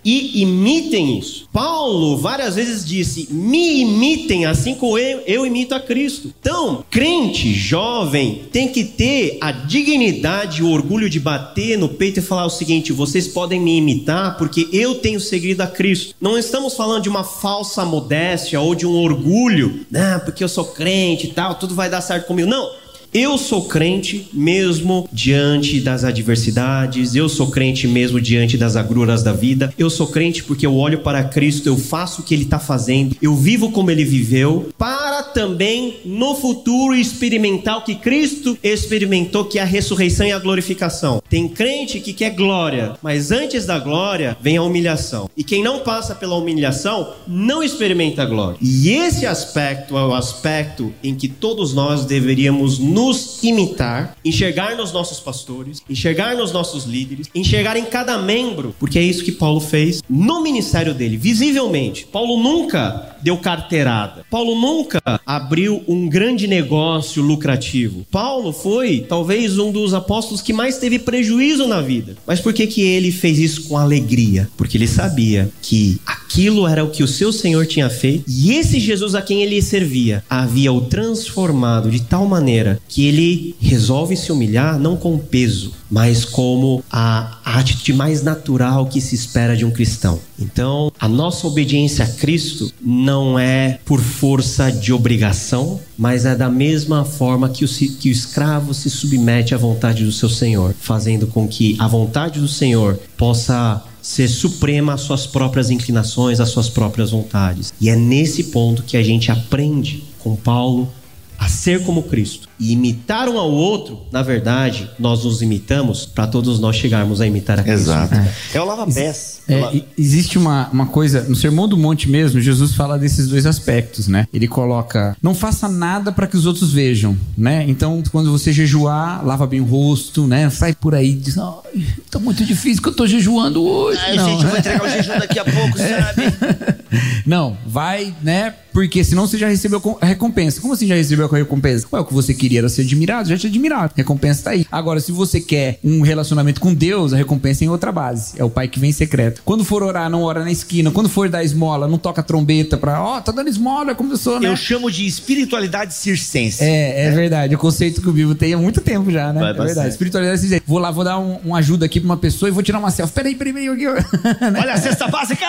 e imitem isso. Paulo várias vezes disse: me imitem assim como eu imito a Cristo. Então, crente jovem tem que ter a dignidade e o orgulho de bater no peito e falar o seguinte: vocês podem me imitar porque eu tenho seguido a Cristo. Não estamos falando de uma falsa modéstia ou de um orgulho, porque eu sou crente e tal, tudo vai dar certo comigo. Não. Eu sou crente mesmo diante das adversidades, eu sou crente mesmo diante das agruras da vida, eu sou crente porque eu olho para Cristo, eu faço o que Ele está fazendo, eu vivo como Ele viveu, para também no futuro experimentar o que Cristo experimentou, que é a ressurreição e a glorificação. Tem crente que quer glória, mas antes da glória vem a humilhação. E quem não passa pela humilhação não experimenta a glória. E esse aspecto é o aspecto em que todos nós deveríamos nos imitar, enxergar nos nossos pastores, enxergar nos nossos líderes, enxergar em cada membro, porque é isso que Paulo fez no ministério dele, visivelmente. Paulo nunca deu carteirada. Paulo nunca abriu um grande negócio lucrativo. Paulo foi, talvez, um dos apóstolos que mais teve prejuízo na vida. Mas por que ele fez isso com alegria? Porque ele sabia que aquilo era o que o seu Senhor tinha feito, e esse Jesus a quem ele servia havia o transformado de tal maneira que ele resolve se humilhar não com peso, mas como a atitude mais natural que se espera de um cristão. Então, a nossa obediência a Cristo não é por força de obrigação, mas é da mesma forma que o escravo se submete à vontade do seu Senhor, fazendo com que a vontade do Senhor possa ser suprema às suas próprias inclinações, às suas próprias vontades. E é nesse ponto que a gente aprende com Paulo a ser como Cristo. E imitar um ao outro, na verdade, nós nos imitamos para todos nós chegarmos a imitar a Cristo. Exato. É o lava-pés. Existe uma coisa, no Sermão do Monte mesmo, Jesus fala desses dois aspectos, né? Ele coloca, não faça nada para que os outros vejam, né? Então, quando você jejuar, lava bem o rosto, né? Sai por aí e diz, tá muito difícil que eu tô jejuando hoje. Gente, eu vou entregar o jejum daqui a pouco, sabe? Não, vai, né? Porque senão você já recebeu a recompensa. Como assim já recebeu a recompensa? Ué, o que você queria era ser admirado, já te admirado. A recompensa tá aí. Agora, se você quer um relacionamento com Deus, a recompensa é em outra base. É o Pai que vem em secreto. Quando for orar, não ora na esquina. Quando for dar esmola, não toca trombeta pra, tá dando esmola, como eu sou, né? Eu chamo de espiritualidade circense. É verdade. É o conceito que o Bibo tem há muito tempo já, né? É verdade. Espiritualidade circense. Vou lá, vou dar uma ajuda aqui pra uma pessoa e vou tirar uma selfie. Peraí. Olha a cesta básica!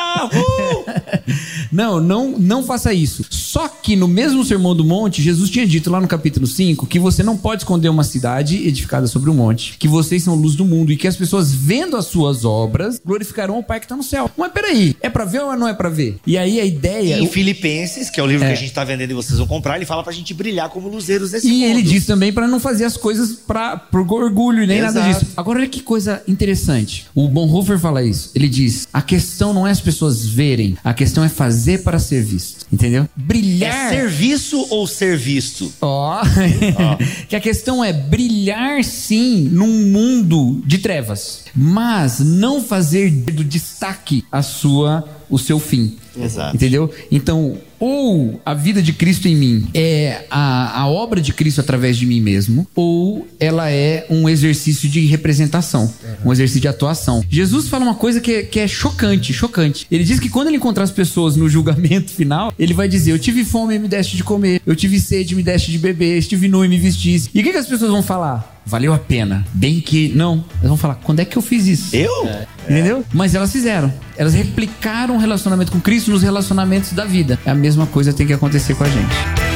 Não faça isso. Só que no mesmo Sermão do Monte, Jesus tinha dito lá no capítulo 5 que você não pode esconder uma cidade edificada sobre um monte, que vocês são luz do mundo e que as pessoas vendo as suas obras glorificarão o Pai que está no céu. Mas peraí, é pra ver ou não é pra ver? E aí a ideia... Em Filipenses, que é o livro que a gente tá vendendo e vocês vão comprar, ele fala pra gente brilhar como luzeiros nesse mundo. E ele diz também pra não fazer as coisas por orgulho e nem nada disso. Agora olha que coisa interessante. O Bonhoeffer fala isso. Ele diz, a questão não é as pessoas verem, a questão é fazer para ser visto. Entendeu? Brilhar... É serviço ou ser visto? Que a questão é brilhar sim num mundo de trevas, mas não fazer do destaque o seu fim. Exato. Entendeu? Então, ou a vida de Cristo em mim é a obra de Cristo através de mim mesmo, ou ela é um exercício de representação, um exercício de atuação. Jesus fala uma coisa que é chocante. Ele diz que quando ele encontrar as pessoas no julgamento final, ele vai dizer, eu tive fome e me deste de comer, eu tive sede e me deste de beber, estive nu e me vestiste. E o que as pessoas vão falar? Valeu a pena. Bem que... Não. Elas vão falar, quando é que eu fiz isso? Eu? Entendeu? Mas elas fizeram. Elas replicaram o relacionamento com Cristo nos relacionamentos da vida. É a mesma coisa que tem que acontecer com a gente.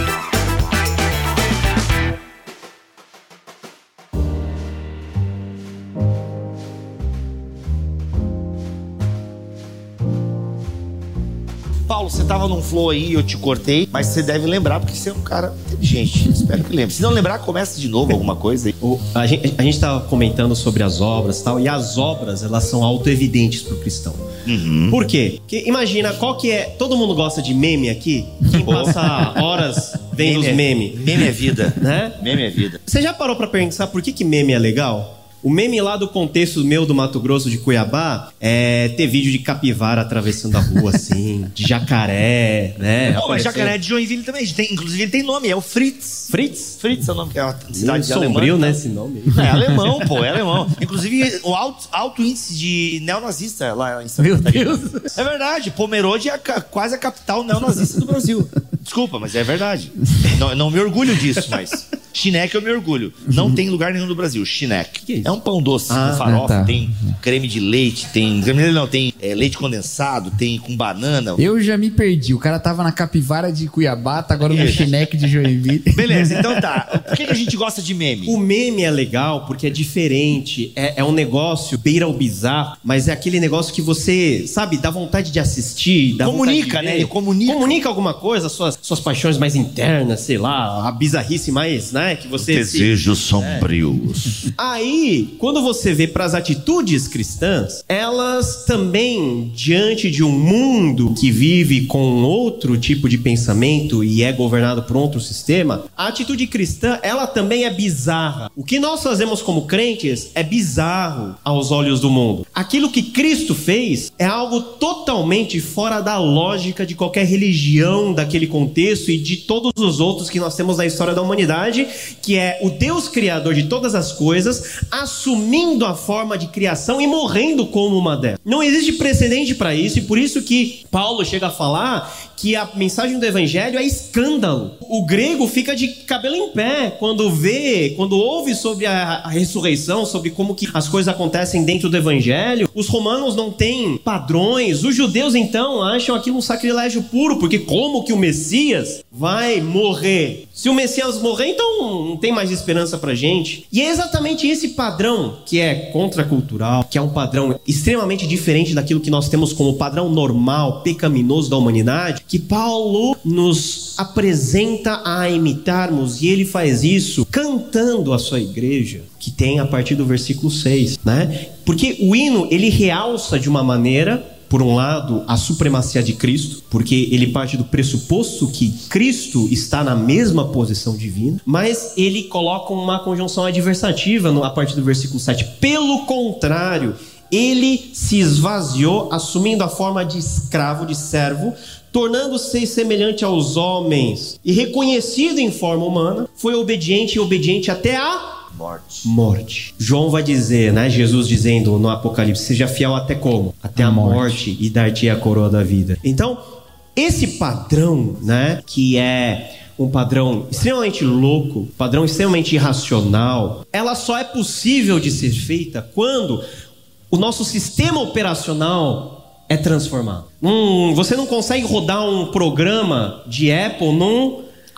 Paulo, você tava num flow aí, eu te cortei, mas você deve lembrar, porque você é um cara inteligente. Espero que lembre. Se não lembrar, começa de novo alguma coisa aí. A gente tava comentando sobre as obras e tal, e as obras, elas são autoevidentes pro cristão. Por quê? Porque imagina, qual que é... Todo mundo gosta de meme aqui? Quem passa horas vendo os memes? Meme é vida, né? Meme é vida. Você já parou pra pensar por que meme é legal? O meme lá do contexto meu do Mato Grosso de Cuiabá é ter vídeo de capivara atravessando a rua, assim, de jacaré, né? Mas jacaré de Joinville também. Inclusive ele tem nome, é o Fritz. Fritz? Fritz é o nome, que é uma cidade sombrio, alemã. Né, esse nome. É alemão, pô, é alemão. Inclusive o alto índice de neonazista lá em Santa Catarina. Meu Deus. É verdade, Pomerode é quase a capital neonazista do Brasil. Desculpa, mas é verdade. Não me orgulho disso, mas... Chineque eu me orgulho. Não tem lugar nenhum no Brasil. Chineque. Que é isso? É um pão doce com farofa, tá. Tem creme de leite, tem leite condensado, tem com banana. Eu já me perdi. O cara tava na Capivara de Cuiabá, tá agora no Chineque de Joinville. Beleza, então tá. Por que a gente gosta de meme? O meme é legal porque é diferente, é um negócio beira o bizarro, mas é aquele negócio que você, sabe, dá vontade de assistir, dá comunica, vontade de ver. né? Comunica alguma coisa, suas paixões mais internas, sei lá, a bizarrice mais, né, que você... Desejos sombrios. Aí, quando você vê pras atitudes cristãs, elas também, diante de um mundo que vive com outro tipo de pensamento e é governado por outro sistema, a atitude cristã, ela também é bizarra. O que nós fazemos como crentes é bizarro aos olhos do mundo. Aquilo que Cristo fez é algo totalmente fora da lógica de qualquer religião daquele contexto e de todos os outros que nós temos na história da humanidade, que é o Deus criador de todas as coisas, assumindo a forma de criação e morrendo como uma delas. Não existe precedente para isso, e por isso que Paulo chega a falar que a mensagem do evangelho é escândalo. O grego fica de cabelo em pé quando ouve sobre a ressurreição, sobre como que as coisas acontecem dentro do evangelho. Os romanos não têm padrões, os judeus então acham aquilo um sacrilégio puro, porque como que o Messias vai morrer? Se o Messias morrer, então não tem mais esperança pra gente. E é exatamente esse padrão que é contracultural, que é um padrão extremamente diferente daquilo que nós temos como padrão normal, pecaminoso da humanidade, que Paulo nos apresenta a imitarmos, e ele faz isso cantando a sua igreja, que tem a partir do versículo 6, né? Porque o hino, ele realça de uma maneira, por um lado, a supremacia de Cristo, porque ele parte do pressuposto que Cristo está na mesma posição divina, mas ele coloca uma conjunção adversativa a partir do versículo 7. Pelo contrário, ele se esvaziou, assumindo a forma de escravo, de servo, tornando-se semelhante aos homens e reconhecido em forma humana, foi obediente até a morte. João vai dizer, né, Jesus dizendo no Apocalipse, seja fiel até como? Até a morte, e dar-te a coroa da vida. Então, esse padrão, né, que é um padrão extremamente louco, padrão extremamente irracional, ela só é possível de ser feita quando o nosso sistema operacional é transformado. Você não consegue rodar um programa de Apple num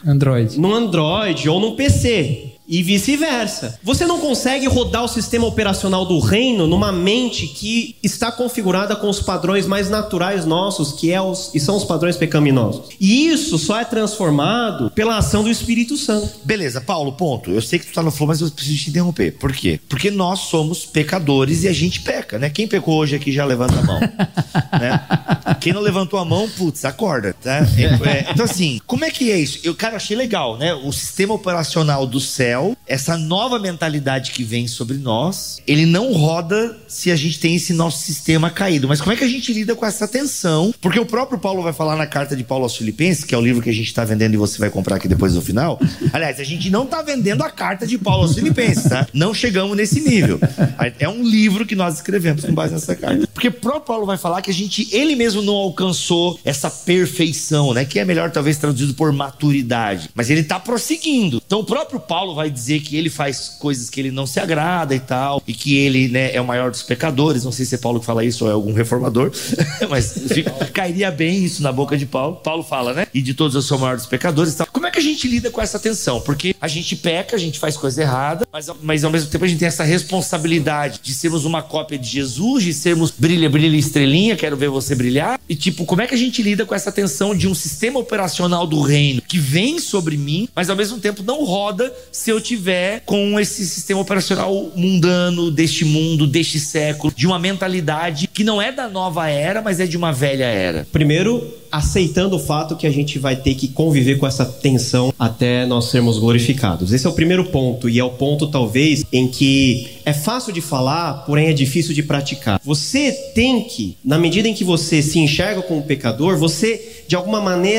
Android ou num PC. E vice-versa. Você não consegue rodar o sistema operacional do reino numa mente que está configurada com os padrões mais naturais nossos, e são os padrões pecaminosos. E isso só é transformado pela ação do Espírito Santo. Beleza, Paulo, ponto. Eu sei que tu tá no flow, mas eu preciso te interromper. Por quê? Porque nós somos pecadores e a gente peca, né? Quem pecou hoje aqui já levanta a mão. Né? Quem não levantou a mão, putz, acorda, tá? Então assim, como é que é isso? Eu achei legal, né? O sistema operacional do céu, essa nova mentalidade que vem sobre nós, ele não roda se a gente tem esse nosso sistema caído. Mas como é que a gente lida com essa tensão? Porque o próprio Paulo vai falar na carta de Paulo aos Filipenses, que é o livro que a gente tá vendendo e você vai comprar aqui depois no final. Aliás, a gente não tá vendendo a carta de Paulo aos Filipenses, tá? Não chegamos nesse nível. É um livro que nós escrevemos com base nessa carta. Porque o próprio Paulo vai falar que ele mesmo não alcançou essa perfeição, né? Que é melhor talvez traduzido por maturidade. Mas ele tá prosseguindo. Então o próprio Paulo vai dizer que ele faz coisas que ele não se agrada e tal, e que ele, né, é o maior dos pecadores. Não sei se é Paulo que fala isso ou é algum reformador, mas cairia bem isso na boca de Paulo. Paulo fala, né? E de todos eu sou o maior dos pecadores e tal. Como é que a gente lida com essa tensão? Porque a gente peca, a gente faz coisa errada, mas ao mesmo tempo a gente tem essa responsabilidade de sermos uma cópia de Jesus, de sermos brilha, brilha, estrelinha, quero ver você brilhar. E tipo, como é que a gente lida com essa tensão de um sistema operacional do reino que vem sobre mim, mas ao mesmo tempo não roda se eu tiver com esse sistema operacional mundano deste mundo, deste século, de uma mentalidade que não é da nova era, mas é de uma velha era? Primeiro, aceitando o fato que a gente vai ter que conviver com essa tensão até nós sermos glorificados. Esse é o primeiro ponto, e é o ponto talvez em que é fácil de falar, porém é difícil de praticar. Você tem que, na medida em que você se enxerga como pecador, você de alguma maneira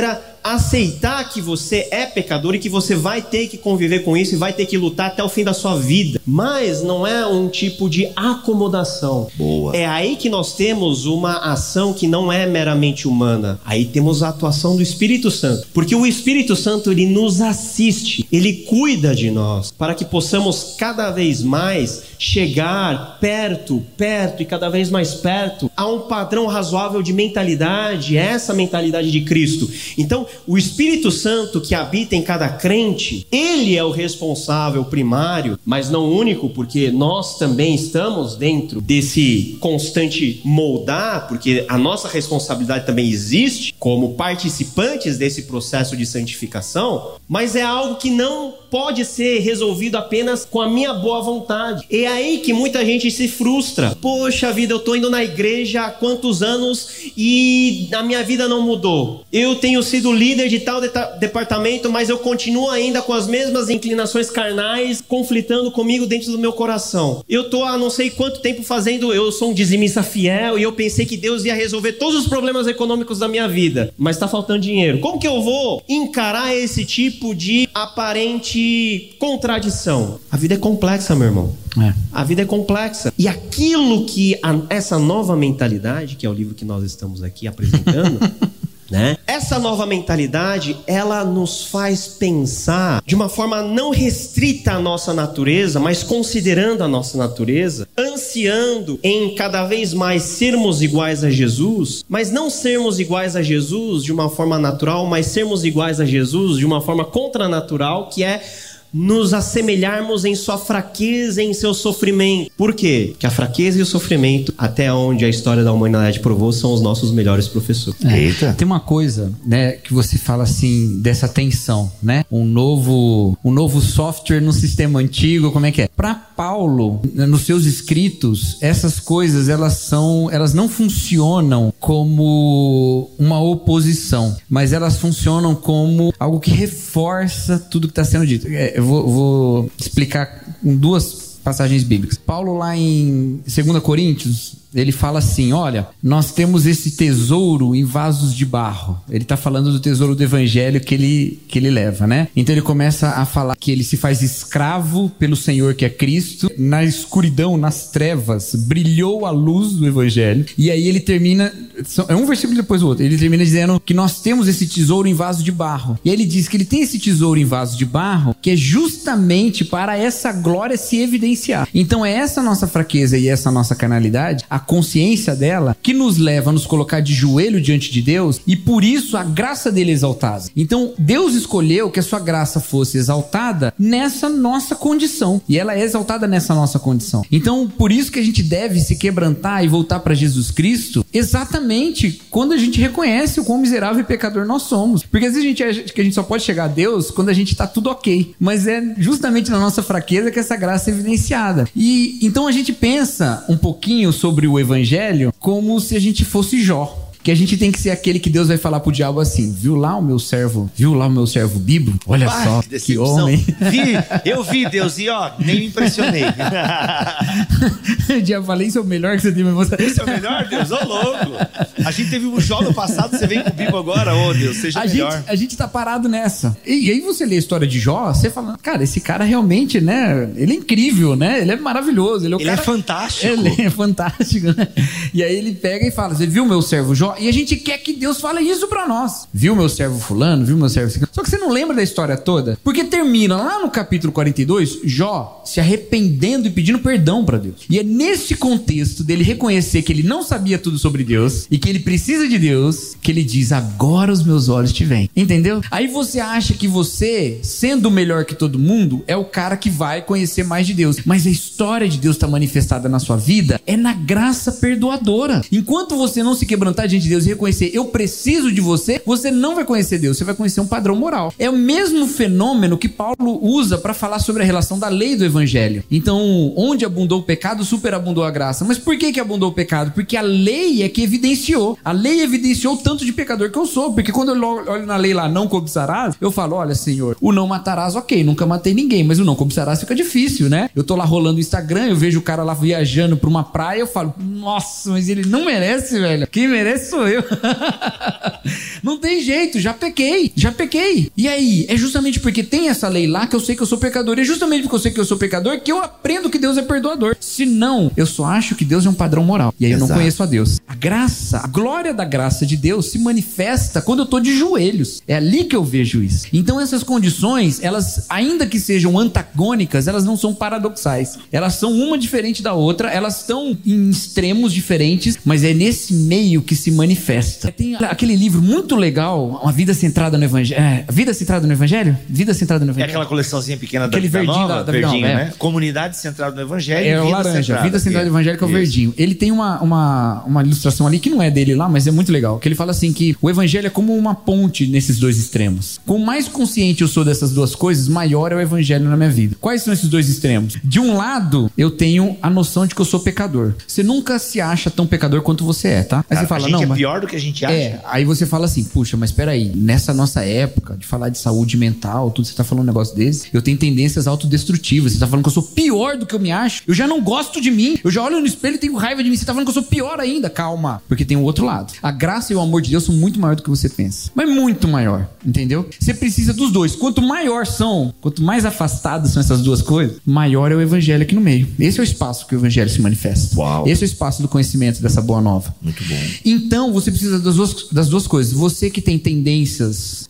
aceitar que você é pecador e que você vai ter que conviver com isso e vai ter que lutar até o fim da sua vida. Mas não é um tipo de acomodação. Boa. É aí que nós temos uma ação que não é meramente humana. Aí temos a atuação do Espírito Santo. Porque o Espírito Santo, ele nos assiste, ele cuida de nós, para que possamos cada vez mais chegar perto e cada vez mais perto a um padrão razoável de mentalidade, essa mentalidade de Cristo. Então, o Espírito Santo que habita em cada crente, ele é o responsável primário, mas não único, porque nós também estamos dentro desse constante moldar, porque a nossa responsabilidade também existe como participantes desse processo de santificação, mas é algo que não pode ser resolvido apenas com a minha boa vontade. É aí que muita gente se frustra. Poxa vida, eu tô indo na igreja há quantos anos e a minha vida não mudou. Eu tenho sido líder de tal departamento, mas eu continuo ainda com as mesmas inclinações carnais conflitando comigo dentro do meu coração. Eu tô há não sei quanto tempo eu sou um dizimista fiel e eu pensei que Deus ia resolver todos os problemas econômicos da minha vida, mas tá faltando dinheiro. Como que eu vou encarar esse tipo de aparente contradição? A vida é complexa, meu irmão. A vida é complexa. E aquilo que essa nova mentalidade, que é o livro que nós estamos aqui apresentando, né? Essa nova mentalidade, ela nos faz pensar de uma forma não restrita à nossa natureza, mas considerando a nossa natureza, ansiando em cada vez mais sermos iguais a Jesus, mas não sermos iguais a Jesus de uma forma natural, mas sermos iguais a Jesus de uma forma contranatural, que é nos assemelharmos em sua fraqueza, em seu sofrimento. Por quê? Porque a fraqueza e o sofrimento, até onde a história da humanidade provou, são os nossos melhores professores. Eita. Tem uma coisa, né, que você fala assim, dessa tensão, né? Um novo software no sistema antigo, como é que é? Para Paulo, nos seus escritos, essas coisas, elas não funcionam como uma oposição, mas elas funcionam como algo que reforça tudo que está sendo dito. Eu vou explicar com duas passagens bíblicas. Paulo, lá em 2 Coríntios, ele fala assim, olha, nós temos esse tesouro em vasos de barro. Ele está falando do tesouro do evangelho que ele leva, né? Então ele começa a falar que ele se faz escravo pelo Senhor, que é Cristo. Na escuridão, nas trevas, brilhou a luz do evangelho. E aí ele termina, é um versículo depois do outro, ele termina dizendo que nós temos esse tesouro em vaso de barro. E aí ele diz que ele tem esse tesouro em vaso de barro, que é justamente para essa glória se evidenciar. Então é essa nossa fraqueza e essa nossa carnalidade, a consciência dela, que nos leva a nos colocar de joelho diante de Deus, e por isso a graça dele é exaltada. Então Deus escolheu que a sua graça fosse exaltada nessa nossa condição, e ela é exaltada nessa nossa condição. Então por isso que a gente deve se quebrantar e voltar para Jesus Cristo, exatamente quando a gente reconhece o quão miserável e pecador nós somos. Porque às vezes a gente acha que a gente só pode chegar a Deus quando a gente está tudo ok, mas é justamente na nossa fraqueza que essa graça é evidenciada. E então a gente pensa um pouquinho sobre o evangelho como se a gente fosse Jó, que a gente tem que ser aquele que Deus vai falar pro diabo assim, viu lá o meu servo Bibo? Olha só, que homem. Eu vi Deus e nem me impressionei. Já falei, isso é o melhor que você tem pra mostrar. Esse é o melhor, Deus, louco. A gente teve um Jó no passado, você vem com o Bibo agora, Deus, seja melhor. A gente tá parado nessa. E aí você lê a história de Jó, você fala, cara, esse cara realmente, né, ele é incrível, né, ele é maravilhoso. Ele é fantástico. Ele é fantástico, né? E aí ele pega e fala, você viu meu servo Jó? E a gente quer que Deus fale isso pra nós. Viu meu servo fulano? Viu meu servo ciclano? Só que você não lembra da história toda? Porque termina lá no capítulo 42, Jó se arrependendo e pedindo perdão pra Deus. E é nesse contexto dele reconhecer que ele não sabia tudo sobre Deus e que ele precisa de Deus, que ele diz, agora os meus olhos te veem. Entendeu? Aí você acha que você, sendo melhor que todo mundo, é o cara que vai conhecer mais de Deus. Mas a história de Deus está manifestada na sua vida é na graça perdoadora. Enquanto você não se quebrantar diante de Deus e reconhecer, eu preciso de você, você não vai conhecer Deus, você vai conhecer um padrão moral. É o mesmo fenômeno que Paulo usa para falar sobre a relação da lei e do evangelho. Então, onde abundou o pecado, superabundou a graça. Mas por que abundou o pecado? Porque a lei é que evidenciou. A lei evidenciou o tanto de pecador que eu sou. Porque quando eu olho na lei lá, não cobiçarás, eu falo, olha, Senhor, o não matarás, ok, nunca matei ninguém, mas o não cobiçarás fica difícil, né? Eu tô lá rolando o Instagram, eu vejo o cara lá viajando pra uma praia, eu falo, nossa, mas ele não merece, velho. Quem merece sou sou eu. Não tem jeito, já pequei. E aí, é justamente porque tem essa lei lá que eu sei que eu sou pecador. E é justamente porque eu sei que eu sou pecador que eu aprendo que Deus é perdoador. Se não, eu só acho que Deus é um padrão moral. E aí eu não conheço a Deus. A graça, a glória da graça de Deus se manifesta quando eu tô de joelhos. É ali que eu vejo isso. Então essas condições, elas, ainda que sejam antagônicas, elas não são paradoxais. Elas são uma diferente da outra, elas estão em extremos diferentes, mas é nesse meio que se manifesta. Tem aquele livro muito legal, Uma Vida Centrada no Evangelho. Vida Centrada no Evangelho? Vida Centrada no Evangelho. É aquela coleçãozinha pequena da aquele Vida verdinho Nova, da verdinho, Vida Nova, né? Comunidade Centrada no Evangelho. É o laranja, Vida Centrada no Evangelho, que é o verdinho. Ele tem uma ilustração ali que não é dele lá, mas é muito legal. Que ele fala assim que o Evangelho é como uma ponte nesses dois extremos. Quanto mais consciente eu sou dessas duas coisas, maior é o Evangelho na minha vida. Quais são esses dois extremos? De um lado, eu tenho a noção de que eu sou pecador. Você nunca se acha tão pecador quanto você é, tá? Aí você fala, a gente não, é mas pior do que a gente acha. Aí você fala assim, puxa, mas peraí, nessa nossa época de falar de saúde mental, tudo, você tá falando um negócio desse, eu tenho tendências autodestrutivas, você tá falando que eu sou pior do que eu me acho, eu já não gosto de mim, eu já olho no espelho e tenho raiva de mim, você tá falando que eu sou pior ainda, calma, porque tem o outro lado. A graça e o amor de Deus são muito maior do que você pensa, mas muito maior, entendeu? Você precisa dos dois, quanto maior são, quanto mais afastadas são essas duas coisas, maior é o Evangelho aqui no meio. Esse é o espaço que o Evangelho se manifesta. Uau. Esse é o espaço do conhecimento dessa boa nova. Muito bom. Então, você precisa das duas coisas. Você que tem tendências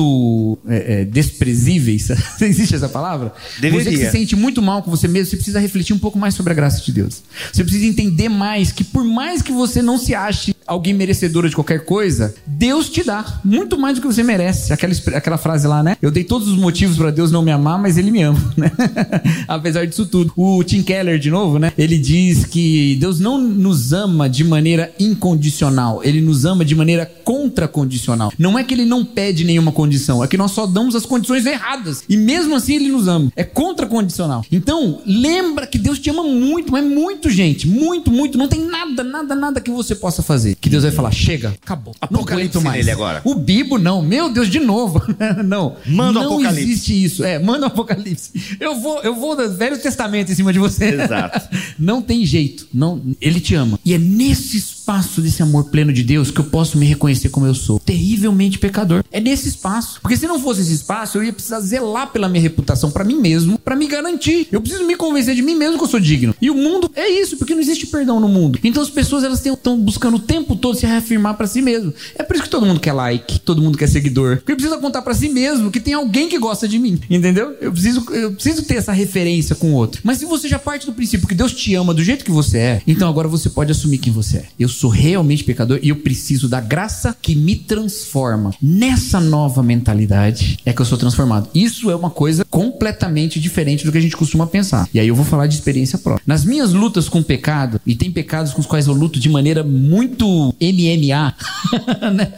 desprezíveis, existe essa palavra? Deveria. Você que se sente muito mal com você mesmo, você precisa refletir um pouco mais sobre a graça de Deus. Você precisa entender mais que por mais que você não se ache alguém merecedora de qualquer coisa, Deus te dá muito mais do que você merece. Aquela frase lá, né? Eu dei todos os motivos para Deus não me amar, mas Ele me ama, né? Apesar disso tudo. O Tim Keller, de novo, né? Ele diz que Deus não nos ama de maneira incondicional. Ele nos ama de maneira contracondicional. Não é que Ele não pede nenhuma condição, é que nós só damos as condições erradas. E mesmo assim Ele nos ama. É contracondicional. Então, lembra que Deus te ama muito, mas muito, gente. Muito, muito. Não tem nada que você possa fazer que Deus vai falar, chega, acabou. Apocalipse não aguento mais. Nele agora. O Bibo não. Meu Deus, de novo. Não. Manda o Apocalipse. Não existe isso. Manda o Apocalipse. Eu vou do Velho Testamento em cima de você. Exato. Não tem jeito. Não, Ele te ama. E é nesse espaço desse amor pleno de Deus que eu posso me reconhecer como eu sou. Terrivelmente pecador. É nesse espaço. Porque se não fosse esse espaço, eu ia precisar zelar pela minha reputação pra mim mesmo, pra me garantir. Eu preciso me convencer de mim mesmo que eu sou digno. E o mundo é isso, porque não existe perdão no mundo. Então as pessoas, elas estão buscando o tempo todo se reafirmar pra si mesmo. É por isso que todo mundo quer like, todo mundo quer seguidor. Porque precisa contar pra si mesmo que tem alguém que gosta de mim. Entendeu? Eu preciso ter essa referência com o outro. Mas se você já parte do princípio que Deus te ama do jeito que você é, então agora você pode assumir quem você é. Eu sou realmente pecador e eu preciso da graça que me transforma. Nessa nova mentalidade é que eu sou transformado. Isso é uma coisa completamente diferente do que a gente costuma pensar. E aí eu vou falar de experiência própria. Nas minhas lutas com o pecado, e tem pecados com os quais eu luto de maneira muito MMA, né?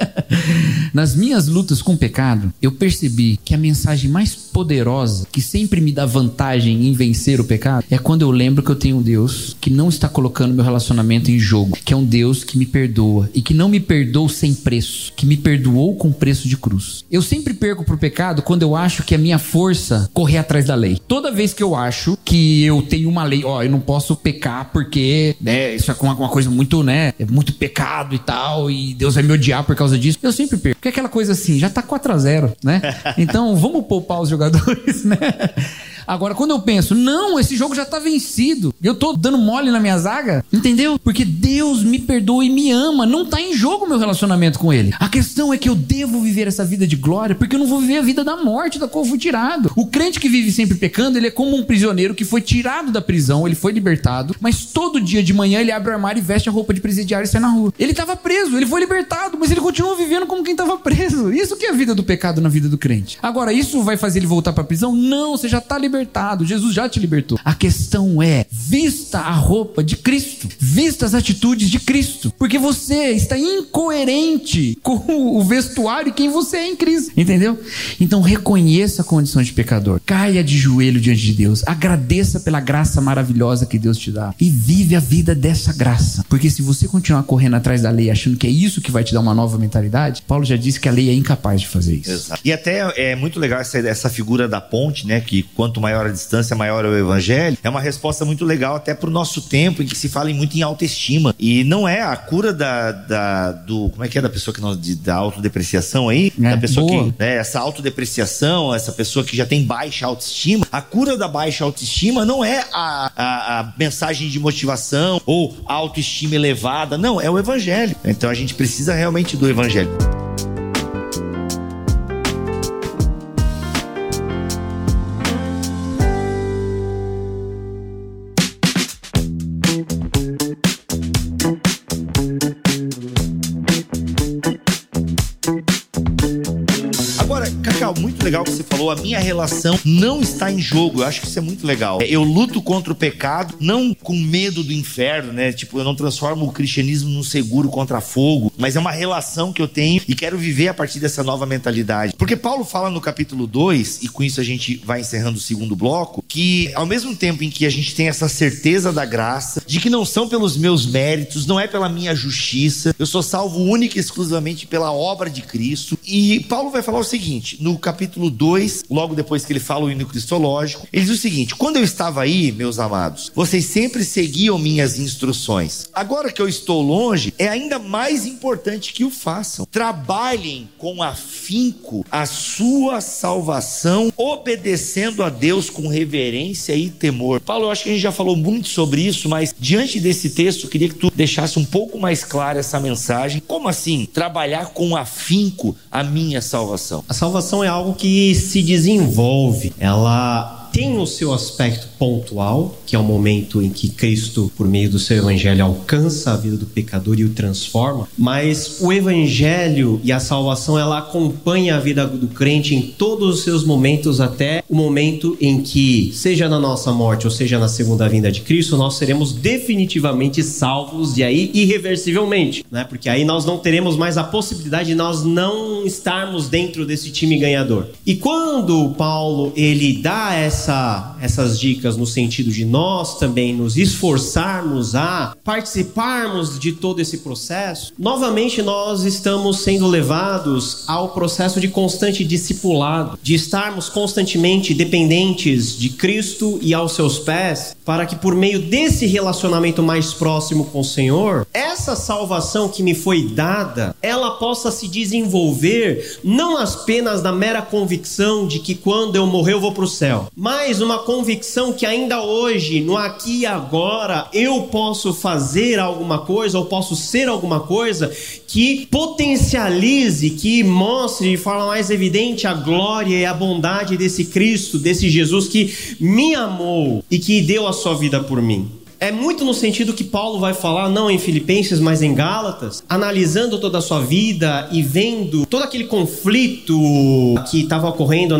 Nas minhas lutas com o pecado, eu percebi que a mensagem mais poderosa, que sempre me dá vantagem em vencer o pecado, é quando eu lembro que eu tenho um Deus que não está colocando meu relacionamento em jogo, que é um Deus que me perdoa e que não me perdoa sem preço, que me perdoou com preço de cruz. Eu sempre perco pro pecado quando eu acho que a minha força correr atrás da lei. Toda vez que eu acho que eu tenho uma lei, eu não posso pecar porque, né, isso é uma coisa muito, né, é muito pecado e tal, e Deus vai me odiar por causa disso, eu sempre perco. Porque é aquela coisa assim, já tá 4-0, né? Então vamos poupar os jogadores, né? Agora, quando eu penso, não, esse jogo já tá vencido, eu tô dando mole na minha zaga, entendeu? Porque Deus me perdoa e me ama, não tá em jogo o meu relacionamento com Ele. A questão é que eu devo viver essa vida de glória, porque eu não vou viver a vida da morte da qual eu fui tirado. O crente que vive sempre pecando, ele é como um prisioneiro que foi tirado da prisão, ele foi libertado, mas todo dia de manhã ele abre o armário e veste a roupa de presidiário e sai na rua. Ele tava preso, ele foi libertado, mas ele continua vivendo como quem tava preso. Isso que é a vida do pecado na vida do crente. Agora, isso vai fazer ele voltar pra prisão? Não, você já tá libertado. Jesus já te libertou. A questão é, vista a roupa de Cristo, vista as atitudes de Cristo, porque você está incoerente com o vestuário e quem você é em Cristo, entendeu? Então reconheça a condição de pecador, caia de joelho diante de Deus, agradeça pela graça maravilhosa que Deus te dá e vive a vida dessa graça, porque se você continuar correndo atrás da lei achando que é isso que vai te dar uma nova mentalidade, Paulo já disse que a lei é incapaz de fazer isso. Exato. E até é muito legal essa figura da ponte, né, que quanto maior a distância, maior é o evangelho. É uma resposta muito legal até pro nosso tempo, em que se fala muito em autoestima. E não é a cura como é que é da pessoa da autodepreciação aí? Da pessoa boa. que, essa autodepreciação, essa pessoa que já tem baixa autoestima. A cura da baixa autoestima não é a mensagem de motivação ou a autoestima elevada, não, é o evangelho. Então a gente precisa realmente do evangelho. Muito legal que você falou, a minha relação não está em jogo. Eu acho que isso é muito legal. Eu luto contra o pecado, não com medo do inferno, né? Tipo, eu não transformo o cristianismo num seguro contra fogo, mas é uma relação que eu tenho e quero viver a partir dessa nova mentalidade. Porque Paulo fala no capítulo 2, e com isso a gente vai encerrando o segundo bloco, que ao mesmo tempo em que a gente tem essa certeza da graça, de que não são pelos meus méritos, não é pela minha justiça, eu sou salvo única e exclusivamente pela obra de Cristo. E Paulo vai falar o seguinte, no capítulo 2, logo depois que ele fala o hino cristológico, ele diz o seguinte: quando eu estava aí, meus amados, vocês sempre seguiam minhas instruções. Agora que eu estou longe, é ainda mais importante que o façam. Trabalhem com afinco a sua salvação, obedecendo a Deus com reverência e temor. Paulo, eu acho que a gente já falou muito sobre isso, mas diante desse texto, eu queria que tu deixasse um pouco mais clara essa mensagem. Como assim? Trabalhar com afinco a minha salvação. A salvação é algo que se desenvolve, ela tem o seu aspecto pontual, que é o momento em que Cristo, por meio do seu evangelho, alcança a vida do pecador e o transforma, mas o evangelho e a salvação, ela acompanha a vida do crente em todos os seus momentos, até o momento em que, seja na nossa morte ou seja na segunda vinda de Cristo, nós seremos definitivamente salvos, e aí irreversivelmente, né? Porque aí nós não teremos mais a possibilidade de nós não estarmos dentro desse time ganhador. E quando Paulo, ele dá essas dicas no sentido de nós também nos esforçarmos a participarmos de todo esse processo, novamente nós estamos sendo levados ao processo de constante discipulado, de estarmos constantemente dependentes de Cristo e aos seus pés, para que por meio desse relacionamento mais próximo com o Senhor, essa salvação que me foi dada, ela possa se desenvolver não apenas na mera convicção de que quando eu morrer eu vou para o céu, mas uma convicção que ainda hoje, no aqui e agora, eu posso fazer alguma coisa, ou posso ser alguma coisa que potencialize, que mostre de forma mais evidente a glória e a bondade desse Cristo, desse Jesus que me amou e que deu a sua vida por mim. É muito no sentido que Paulo vai falar, não em Filipenses, mas em Gálatas, analisando toda a sua vida e vendo todo aquele conflito que estava ocorrendo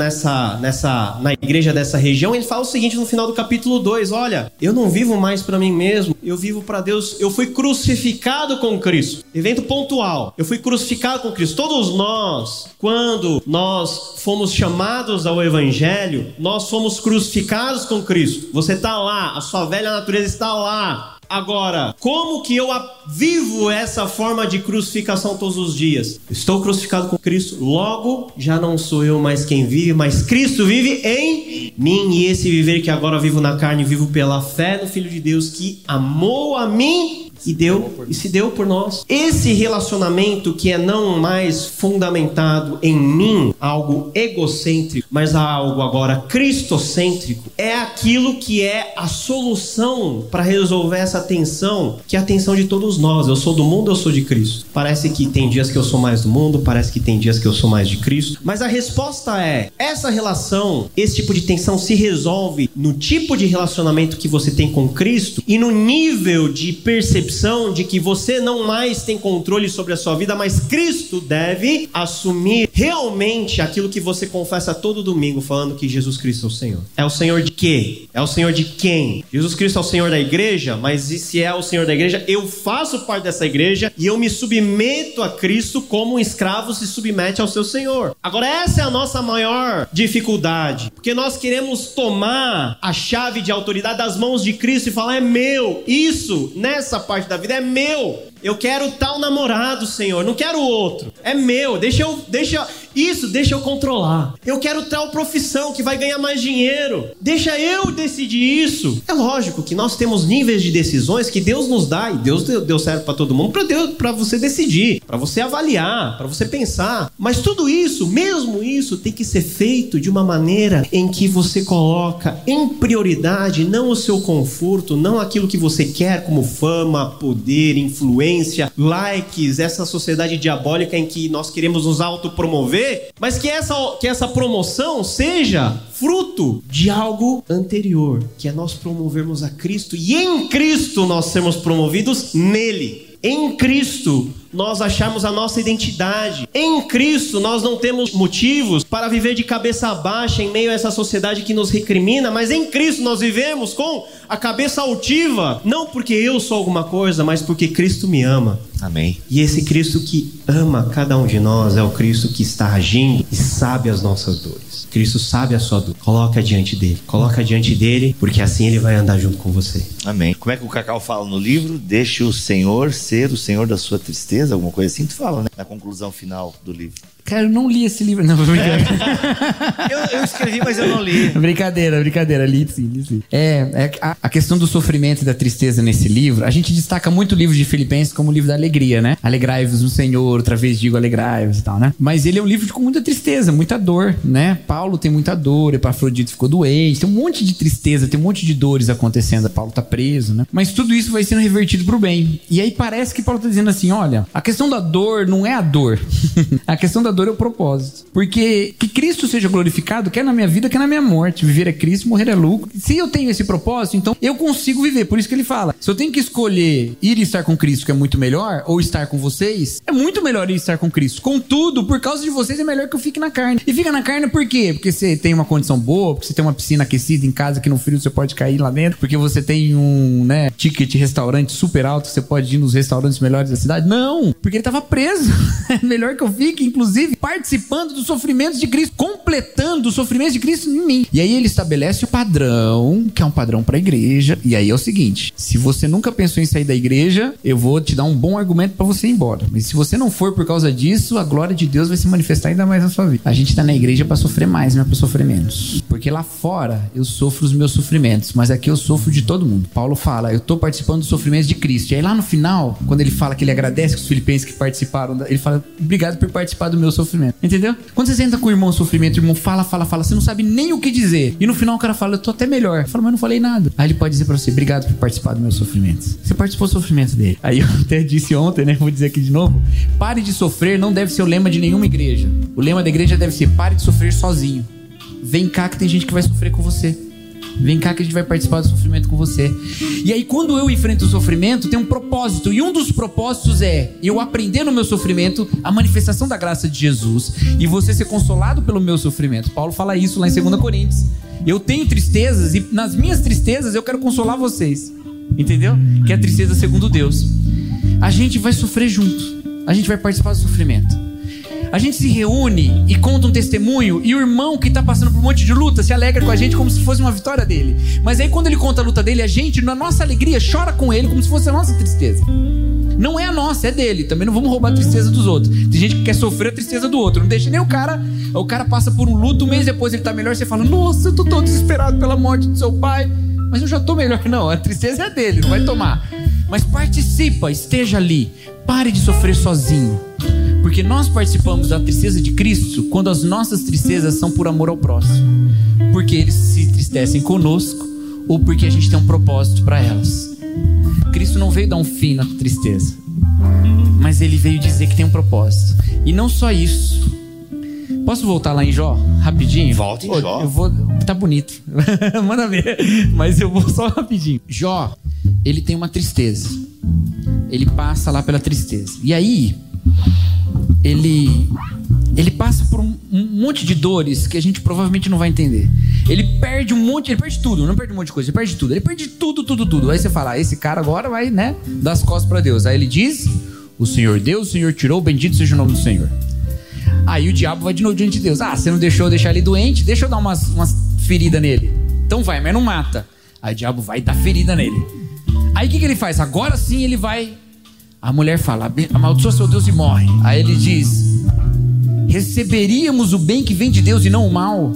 na igreja dessa região. Ele fala o seguinte no final do capítulo 2, olha, eu não vivo mais para mim mesmo, eu vivo para Deus, eu fui crucificado com Cristo. Evento pontual, eu fui crucificado com Cristo. Todos nós, quando nós fomos chamados ao Evangelho, nós fomos crucificados com Cristo. Você está lá, a sua velha natureza está lá. Agora, como que eu vivo essa forma de crucificação todos os dias? Estou crucificado com Cristo, logo já não sou eu mais quem vive, mas Cristo vive em mim. E esse viver que agora vivo na carne, vivo pela fé no Filho de Deus que amou a mim e se deu por nós. Esse relacionamento que é não mais fundamentado em mim, algo egocêntrico, mas algo agora cristocêntrico, é aquilo que é a solução para resolver essa tensão, que é a tensão de todos nós. Eu sou do mundo, eu sou de Cristo. Parece que tem dias que eu sou mais do mundo, parece que tem dias que eu sou mais de Cristo, mas a resposta é, essa relação, esse tipo de tensão se resolve no tipo de relacionamento que você tem com Cristo e no nível de percepção de que você não mais tem controle sobre a sua vida, mas Cristo deve assumir realmente aquilo que você confessa todo domingo, falando que Jesus Cristo é o Senhor. É o Senhor de quê? É o Senhor de quem? Jesus Cristo é o Senhor da igreja, mas e se é o Senhor da igreja, eu faço parte dessa igreja e eu me submeto a Cristo como um escravo se submete ao seu Senhor. Agora essa é a nossa maior dificuldade, porque nós queremos tomar a chave de autoridade das mãos de Cristo e falar, é meu, isso, nessa parte da vida é meu. Eu quero tal namorado, Senhor, não quero outro. É meu, deixa Isso, deixa eu controlar. Eu quero tal profissão que vai ganhar mais dinheiro. Deixa eu decidir isso. É lógico que nós temos níveis de decisões que Deus nos dá, e Deus deu certo para todo mundo, para você decidir, para você avaliar, para você pensar. Mas tudo isso, mesmo isso, tem que ser feito de uma maneira em que você coloca em prioridade não o seu conforto, não aquilo que você quer como fama, poder, influência, likes, essa sociedade diabólica em que nós queremos nos autopromover, mas que essa promoção seja fruto de algo anterior, que é nós promovermos a Cristo, e em Cristo nós sermos promovidos nele. Em Cristo nós acharmos a nossa identidade. Em Cristo nós não temos motivos para viver de cabeça baixa em meio a essa sociedade que nos recrimina, mas em Cristo nós vivemos com a cabeça altiva, não porque eu sou alguma coisa, mas porque Cristo me ama. Amém. E esse Cristo que ama cada um de nós é o Cristo que está agindo e sabe as nossas dores. Cristo sabe a sua dor. Coloca diante dele, porque assim ele vai andar junto com você. Amém. Como é que o Cacau fala no livro? Deixe o Senhor ser o Senhor da sua tristeza, alguma coisa assim tu fala, né? Na conclusão final do livro. Cara, eu não li esse livro. Não, brincadeira. Eu escrevi, mas eu não li. Brincadeira. Li sim. A questão do sofrimento e da tristeza nesse livro, a gente destaca muito o livro de Filipenses como o livro da alegria, né? Alegrai-vos no Senhor, outra vez digo alegrai-vos e tal, né? Mas ele é um livro com muita tristeza, muita dor, né? Paulo tem muita dor, Epafrodito ficou doente, tem um monte de tristeza, tem um monte de dores acontecendo. Paulo tá preso, né? Mas tudo isso vai sendo revertido pro bem. E aí parece que Paulo tá dizendo assim, olha, a questão da dor não é a dor. A questão da dor é o propósito. Porque que Cristo seja glorificado, quer na minha vida, quer na minha morte. Viver é Cristo, morrer é lucro. Se eu tenho esse propósito, então eu consigo viver. Por isso que ele fala, se eu tenho que escolher ir e estar com Cristo, que é muito melhor, ou estar com vocês, é muito melhor ir estar com Cristo. Contudo, por causa de vocês, é melhor que eu fique na carne. E fica na carne por quê? Porque você tem uma condição boa, porque você tem uma piscina aquecida em casa que no frio você pode cair lá dentro, porque você tem um, ticket restaurante super alto, você pode ir nos restaurantes melhores da cidade. Não, porque ele estava preso. É melhor que eu fique, inclusive, participando dos sofrimentos de Cristo, completando os sofrimentos de Cristo em mim. E aí ele estabelece o padrão, que é um padrão para a igreja. E aí é o seguinte, se você nunca pensou em sair da igreja, eu vou te dar um bom argumento para você ir embora. Mas se você não for por causa disso, a glória de Deus vai se manifestar ainda mais na sua vida. A gente tá na igreja para sofrer mais, não é para sofrer menos. Porque lá fora eu sofro os meus sofrimentos, mas aqui eu sofro de todo mundo. Paulo fala, eu tô participando dos sofrimentos de Cristo. E aí lá no final, quando ele fala que ele agradece os filipenses que participaram, ele fala, obrigado por participar do meu sofrimento. Entendeu? Quando você senta com o irmão em sofrimento, o irmão fala, você não sabe nem o que dizer. E no final o cara fala, eu tô até melhor. Fala, mas não falei nada. Aí ele pode dizer pra você, obrigado por participar dos meus sofrimentos. Você participou do sofrimento dele. Aí eu até disse ontem, né? Vou dizer aqui de novo. Pare de sofrer não deve ser o lema de nenhuma igreja. O lema da igreja deve ser, pare de sofrer sozinho. Vem cá que tem gente que vai sofrer com você. Vem cá que a gente vai participar do sofrimento com você. E aí quando eu enfrento o sofrimento, tem um propósito. E um dos propósitos é eu aprender no meu sofrimento a manifestação da graça de Jesus. E você ser consolado pelo meu sofrimento. Paulo fala isso lá em 2 Coríntios. Eu tenho tristezas e nas minhas tristezas eu quero consolar vocês. Entendeu? Que é a tristeza segundo Deus. A gente vai sofrer junto. A gente vai participar do sofrimento. A gente se reúne e conta um testemunho, e o irmão que tá passando por um monte de luta se alegra com a gente como se fosse uma vitória dele. Mas aí quando ele conta a luta dele, a gente, na nossa alegria, chora com ele como se fosse a nossa tristeza. Não é a nossa, é dele. Também não vamos roubar a tristeza dos outros. Tem gente que quer sofrer a tristeza do outro. Não deixa nem o cara passa por um luto, um mês depois ele tá melhor, você fala, nossa, eu tô todo desesperado pela morte do seu pai. Mas eu já tô melhor. Não, a tristeza é dele, não vai tomar. Mas participa, esteja ali. Pare de sofrer sozinho. Porque nós participamos da tristeza de Cristo quando as nossas tristezas são por amor ao próximo. Porque eles se entristecem conosco ou porque a gente tem um propósito para elas. Cristo não veio dar um fim na tristeza, mas ele veio dizer que tem um propósito. E não só isso. Posso voltar lá em Jó, rapidinho? Volta em Jó. Eu vou... Tá bonito. Manda ver. Mas eu vou só rapidinho. Jó, ele tem uma tristeza. Ele passa lá pela tristeza. E aí... Ele passa por um monte de dores que a gente provavelmente não vai entender. Ele perde tudo, não perde um monte de coisa, ele perde tudo. Ele perde tudo. Aí você fala, esse cara agora vai, dar as costas pra Deus. Aí ele diz, o Senhor deu, o Senhor tirou, bendito seja o nome do Senhor. Aí o diabo vai de novo diante de Deus. Ah, você não deixou eu deixar ele doente? Deixa eu dar umas feridas nele. Então vai, mas não mata. Aí o diabo vai dar ferida nele. Aí o que ele faz? Agora sim ele vai... A mulher fala, amaldiçoa seu Deus e morre. Aí ele diz, receberíamos o bem que vem de Deus e não o mal.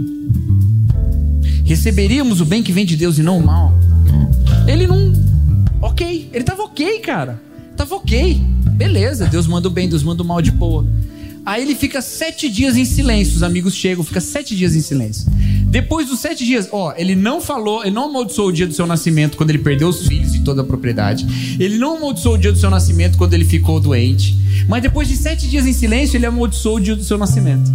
Receberíamos o bem que vem de Deus e não o mal. Ele não... Ok, ele estava ok, cara. Estava ok, beleza, Deus manda o bem, Deus manda o mal de boa. Aí ele fica 7 dias em silêncio. Os amigos chegam, fica 7 dias em silêncio. Depois dos 7 dias, ele não falou, ele não amaldiçoou o dia do seu nascimento, quando ele perdeu os filhos e toda a propriedade. Ele não amaldiçoou o dia do seu nascimento, quando ele ficou doente. Mas depois de 7 dias em silêncio, ele amaldiçoou o dia do seu nascimento.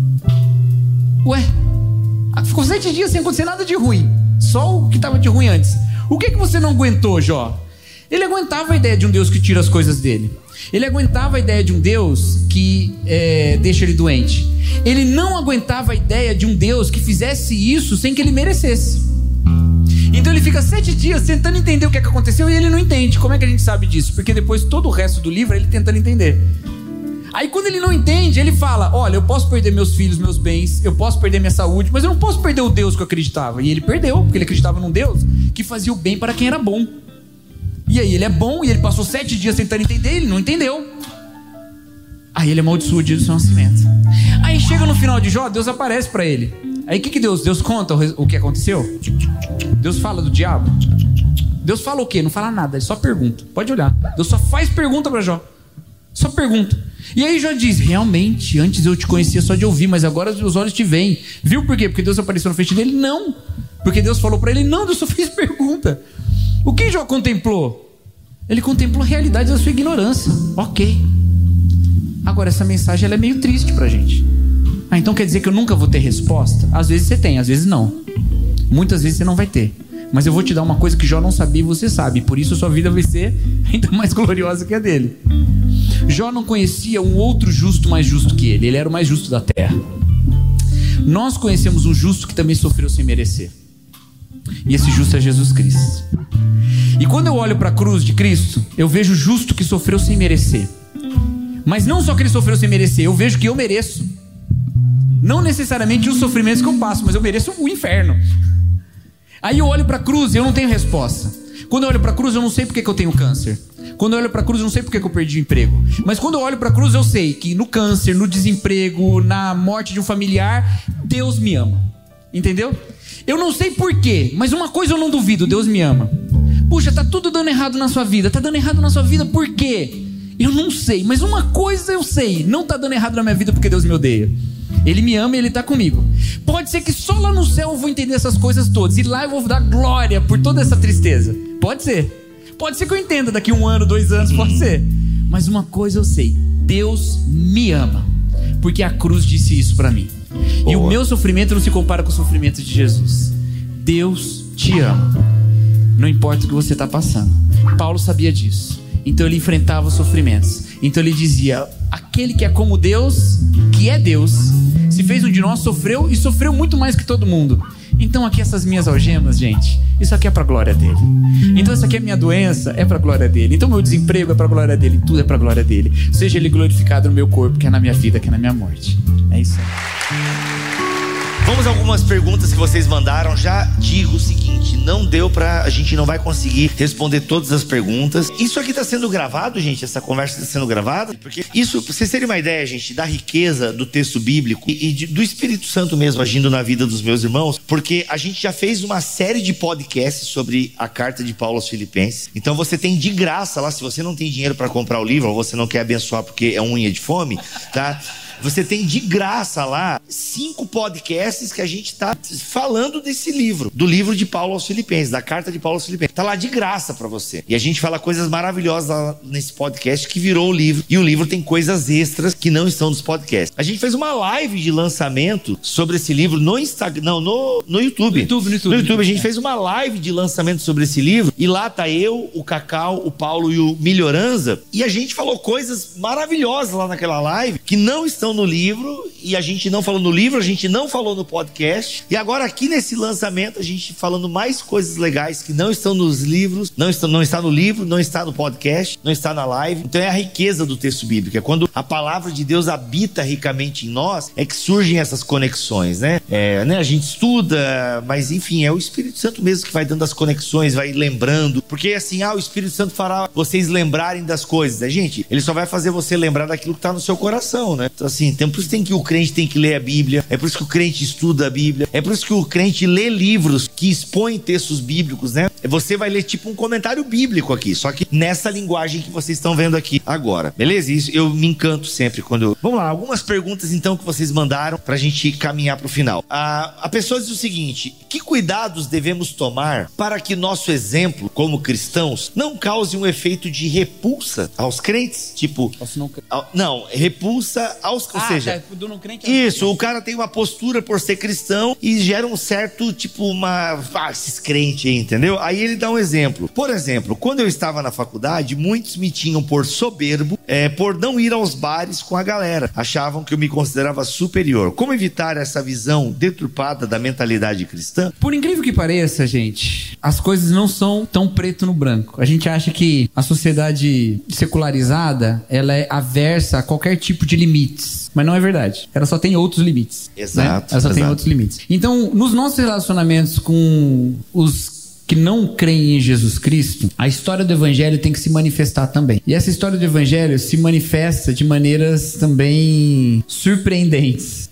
Ué, ficou 7 dias sem acontecer nada de ruim, só o que estava de ruim antes. O que você não aguentou, Jó? Ele aguentava a ideia de um Deus que tira as coisas dele. Ele aguentava a ideia de um Deus que deixa ele doente. Ele não aguentava a ideia de um Deus que fizesse isso sem que ele merecesse. Então ele fica 7 dias tentando entender o que aconteceu e ele não entende. Como é que a gente sabe disso? Porque depois todo o resto do livro ele tentando entender. Aí quando ele não entende, ele fala: olha, eu posso perder meus filhos, meus bens, eu posso perder minha saúde, mas eu não posso perder o Deus que eu acreditava. E ele perdeu, porque ele acreditava num Deus que fazia o bem para quem era bom. E aí ele é bom, e ele passou 7 dias tentando entender, ele não entendeu. Aí ele amaldiçoa o dia do seu nascimento. Aí chega no final de Jó, Deus aparece para ele. Aí o que Deus conta o que aconteceu? Deus fala do diabo? Deus fala o quê? Não fala nada, ele só pergunta. Pode olhar, Deus só faz pergunta para Jó. Só pergunta. E aí Jó diz: realmente, antes eu te conhecia só de ouvir, mas agora os olhos te veem. Viu por quê? Porque Deus apareceu na frente dele? Não. Porque Deus falou para ele? Não, Deus só fez pergunta. O que Jó contemplou? Ele contemplou a realidade da sua ignorância. Ok. Agora essa mensagem ela é meio triste pra gente. Então quer dizer que eu nunca vou ter resposta? Às vezes você tem, às vezes não. Muitas vezes você não vai ter. Mas eu vou te dar uma coisa que Jó não sabia e você sabe. Por isso a sua vida vai ser ainda mais gloriosa que a dele. Jó não conhecia um outro justo mais justo que ele. Ele era o mais justo da terra. Nós conhecemos um justo que também sofreu sem merecer. E esse justo é Jesus Cristo. E quando eu olho para a cruz de Cristo, eu vejo o justo que sofreu sem merecer. Mas não só que ele sofreu sem merecer, eu vejo que eu mereço. Não necessariamente os sofrimentos que eu passo, mas eu mereço o inferno. Aí eu olho para a cruz e eu não tenho resposta. Quando eu olho para a cruz eu não sei porque que eu tenho câncer. Quando eu olho para a cruz eu não sei porque que eu perdi o emprego. Mas quando eu olho para a cruz eu sei que no câncer, no desemprego, na morte de um familiar, Deus me ama. Entendeu? Eu não sei porquê, mas uma coisa eu não duvido: Deus me ama. Puxa, tá tudo dando errado na sua vida. Tá dando errado na sua vida por quê? Eu não sei, mas uma coisa eu sei: não tá dando errado na minha vida porque Deus me odeia. Ele me ama e Ele tá comigo. Pode ser que só lá no céu eu vou entender essas coisas todas, e lá eu vou dar glória por toda essa tristeza. Pode ser. Pode ser que eu entenda daqui 1 ano, 2 anos, pode ser. Mas uma coisa eu sei: Deus me ama, porque a cruz disse isso pra mim. E o meu sofrimento não se compara com o sofrimento de Jesus. Deus te ama, não importa o que você está passando. Paulo sabia disso. Então ele enfrentava os sofrimentos. Então ele dizia: aquele que é como Deus, que é Deus, se fez um de nós, sofreu e sofreu muito mais que todo mundo. Então aqui essas minhas algemas, gente, isso aqui é para a glória dele. Então essa aqui é minha doença, é para a glória dele. Então meu desemprego é para a glória dele. Tudo é para a glória dele. Seja ele glorificado no meu corpo, que é na minha vida, que é na minha morte. É isso aí. Vamos a algumas perguntas que vocês mandaram. Já digo o seguinte: a gente não vai conseguir responder todas as perguntas. Isso aqui está sendo gravado, gente. Essa conversa está sendo gravada, porque isso, pra vocês terem uma ideia, gente, da riqueza do texto bíblico e do Espírito Santo mesmo agindo na vida dos meus irmãos, porque a gente já fez uma série de podcasts sobre a carta de Paulo aos Filipenses. Então você tem de graça lá, se você não tem dinheiro para comprar o livro, ou você não quer abençoar porque é unha de fome, tá? Você tem de graça lá 5 podcasts que a gente está falando desse livro, do livro de Paulo aos Filipenses, da carta de Paulo aos Filipenses. Tá lá de graça para você. E a gente fala coisas maravilhosas lá nesse podcast que virou o livro. E o livro tem coisas extras que não estão nos podcasts. A gente fez uma live de lançamento sobre esse livro no Instagram, não, no YouTube. No YouTube a gente fez uma live de lançamento sobre esse livro. E lá tá eu, o Cacau, o Paulo e o Melhoranza. E a gente falou coisas maravilhosas lá naquela live que não estão no livro, e a gente não falou no livro, a gente não falou no podcast, e agora aqui nesse lançamento a gente falando mais coisas legais que não estão nos livros, não está no livro, não está no podcast, não está na live. Então é a riqueza do texto bíblico, é quando a palavra de Deus habita ricamente em nós, é que surgem essas conexões, né? A gente estuda, mas enfim, é o Espírito Santo mesmo que vai dando as conexões, vai lembrando, porque assim, o Espírito Santo fará vocês lembrarem das coisas, né, gente? Ele só vai fazer você lembrar daquilo que está no seu coração, né? Então assim, assim. Então, por isso que o crente tem que ler a Bíblia, é por isso que o crente estuda a Bíblia, é por isso que o crente lê livros que expõem textos bíblicos, né? Você vai ler tipo um comentário bíblico aqui, só que nessa linguagem que vocês estão vendo aqui agora, beleza? Isso eu me encanto sempre quando... Vamos lá, algumas perguntas então que vocês mandaram pra gente caminhar pro final. A pessoa diz o seguinte: que cuidados devemos tomar para que nosso exemplo como cristãos não cause um efeito de repulsa aos crentes? Tipo, não, repulsa aos... ou seja, do não crente isso, o cara tem uma postura por ser cristão e gera um certo, tipo, esses crentes aí, entendeu? Aí ele dá um exemplo. Por exemplo, quando eu estava na faculdade, muitos me tinham por soberbo, por não ir aos bares com a galera. Achavam que eu me considerava superior. Como evitar essa visão deturpada da mentalidade cristã? Por incrível que pareça, gente, as coisas não são tão preto no branco. A gente acha que a sociedade secularizada, ela é aversa a qualquer tipo de limites. Mas não é verdade. Ela só tem outros limites. Exato. Né? Ela só tem outros limites. Então, nos nossos relacionamentos com os que não creem em Jesus Cristo, a história do Evangelho tem que se manifestar também. E essa história do Evangelho se manifesta de maneiras também surpreendentes.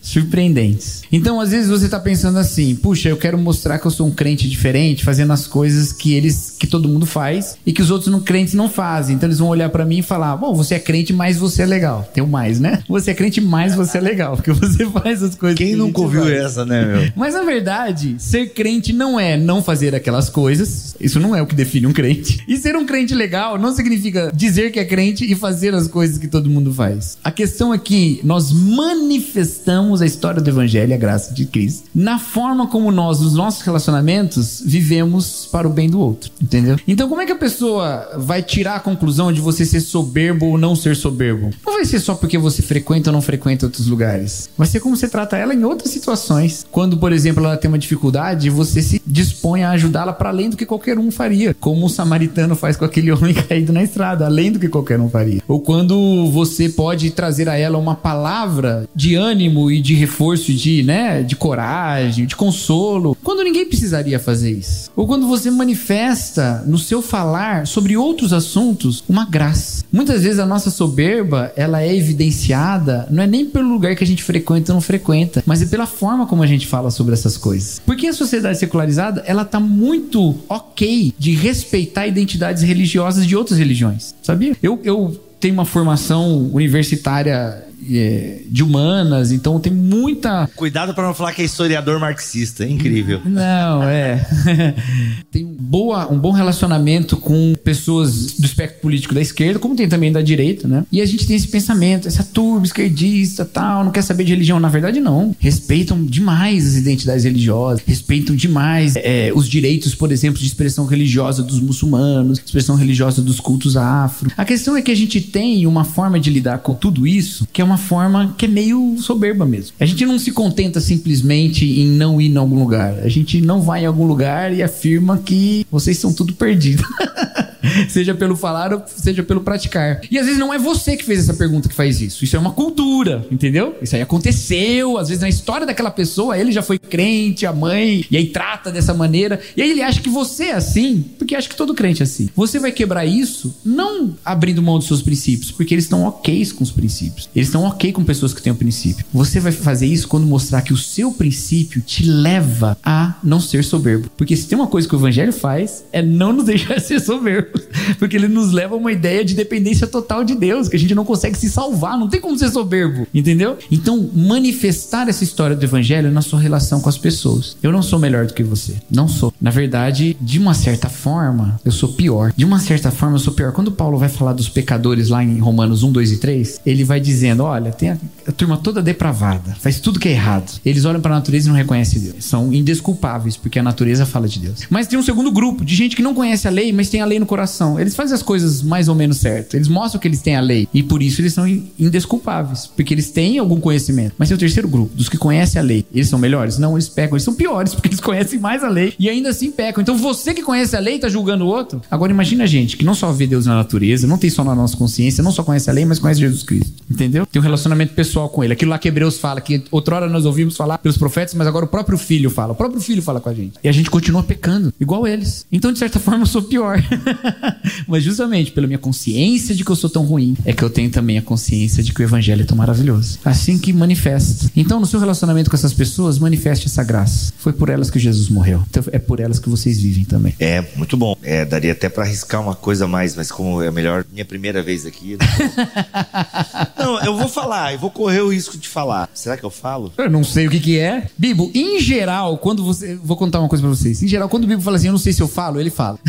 Então, às vezes você está pensando assim: puxa, eu quero mostrar que eu sou um crente diferente, fazendo as coisas que todo mundo faz e que os outros crentes não fazem. Então eles vão olhar para mim e falar: bom, você é crente, mas você é legal. Tem o mais, né? Você é crente, mas você é legal, porque você faz as coisas. Quem nunca ouviu essa, né, meu? Mas na verdade, ser crente não é não fazer aquelas coisas. Isso não é o que define um crente. E ser um crente legal não significa dizer que é crente e fazer as coisas que todo mundo faz. A questão é que nós manifestamos a história do Evangelho, a graça de Cristo, na forma como nós, nos nossos relacionamentos, vivemos para o bem do outro. Entendeu? Então, como é que a pessoa vai tirar a conclusão de você ser soberbo ou não ser soberbo? Não vai ser só porque você frequenta ou não frequenta outros lugares. Vai ser como você trata ela em outras situações. Quando, por exemplo, ela tem uma dificuldade, você se dispõe a ajudá-la para além do que qualquer um faria. Como o samaritano faz com aquele homem caído na estrada, além do que qualquer um faria. Ou quando você pode trazer a ela uma palavra de ânimo e de reforço, de coragem, de consolo, quando ninguém precisaria fazer isso. Ou quando você manifesta no seu falar sobre outros assuntos uma graça. Muitas vezes a nossa soberba, ela é evidenciada, não é nem pelo lugar que a gente frequenta ou não frequenta, mas é pela forma como a gente fala sobre essas coisas. Porque a sociedade secularizada, ela tá muito ok de respeitar identidades religiosas de outras religiões, sabia? Eu tenho uma formação universitária de humanas, então tem muita... Cuidado para não falar que é historiador marxista, é incrível. Não, tem um bom relacionamento com pessoas do espectro político da esquerda, como tem também da direita, né? E a gente tem esse pensamento, essa turba esquerdista, tal, não quer saber de religião. Na verdade, não. Respeitam demais as identidades religiosas, respeitam demais os direitos, por exemplo, de expressão religiosa dos muçulmanos, expressão religiosa dos cultos afro. A questão é que a gente tem uma forma de lidar com tudo isso, que é uma forma que é meio soberba mesmo. A gente não se contenta simplesmente em não ir em algum lugar. A gente não vai em algum lugar e afirma que vocês são tudo perdidos. Seja pelo falar ou seja pelo praticar. E às vezes não é você que fez essa pergunta que faz isso. Isso é uma cultura, entendeu? Isso aí aconteceu. Às vezes na história daquela pessoa, ele já foi crente, a mãe, e aí trata dessa maneira. E aí ele acha que você é assim, porque acha que todo crente é assim. Você vai quebrar isso não abrindo mão dos seus princípios, porque eles estão ok com os princípios. Eles estão ok com pessoas que têm o princípio. Você vai fazer isso quando mostrar que o seu princípio te leva a não ser soberbo. Porque se tem uma coisa que o Evangelho faz, é não nos deixar ser soberbo. Porque ele nos leva a uma ideia de dependência total de Deus, que a gente não consegue se salvar, não tem como ser soberbo, entendeu? Então, manifestar essa história do Evangelho na sua relação com as pessoas. Eu não sou melhor do que você, não sou. Na verdade, de uma certa forma, eu sou pior. De uma certa forma, eu sou pior. Quando Paulo vai falar dos pecadores lá em Romanos 1, 2 e 3, ele vai dizendo, olha, tem a turma toda depravada, faz tudo que é errado. Eles olham para a natureza e não reconhecem Deus. São indesculpáveis, porque a natureza fala de Deus. Mas tem um segundo grupo de gente que não conhece a lei, mas tem a lei no coração. Eles fazem as coisas mais ou menos certo. Eles mostram que eles têm a lei. E por isso eles são indesculpáveis. Porque eles têm algum conhecimento. Mas tem o terceiro grupo, dos que conhecem a lei. Eles são melhores? Não, eles pecam. Eles são piores, porque eles conhecem mais a lei. E ainda assim pecam. Então você que conhece a lei está julgando o outro. Agora imagina a gente que não só vê Deus na natureza, não tem só na nossa consciência, não só conhece a lei, mas conhece Jesus Cristo. Entendeu? Tem um relacionamento pessoal pessoal com ele. Aquilo lá que Hebreus fala, que outrora nós ouvimos falar pelos profetas, mas agora o próprio Filho fala. O próprio Filho fala com a gente. E a gente continua pecando, igual eles. Então, de certa forma, eu sou pior. Mas justamente pela minha consciência de que eu sou tão ruim, é que eu tenho também a consciência de que o evangelho é tão maravilhoso. Assim que manifesta. Então, no seu relacionamento com essas pessoas, manifeste essa graça. Foi por elas que Jesus morreu. Então, é por elas que vocês vivem também. É, muito bom. Daria até pra arriscar uma coisa a mais, mas como é melhor, minha primeira vez aqui. Não, eu vou falar, eu vou correr o risco de falar. Será que eu falo? Eu não sei o que é. Bibo, em geral, quando você... Vou contar uma coisa pra vocês. Em geral, quando o Bibo fala assim, eu não sei se eu falo, ele fala.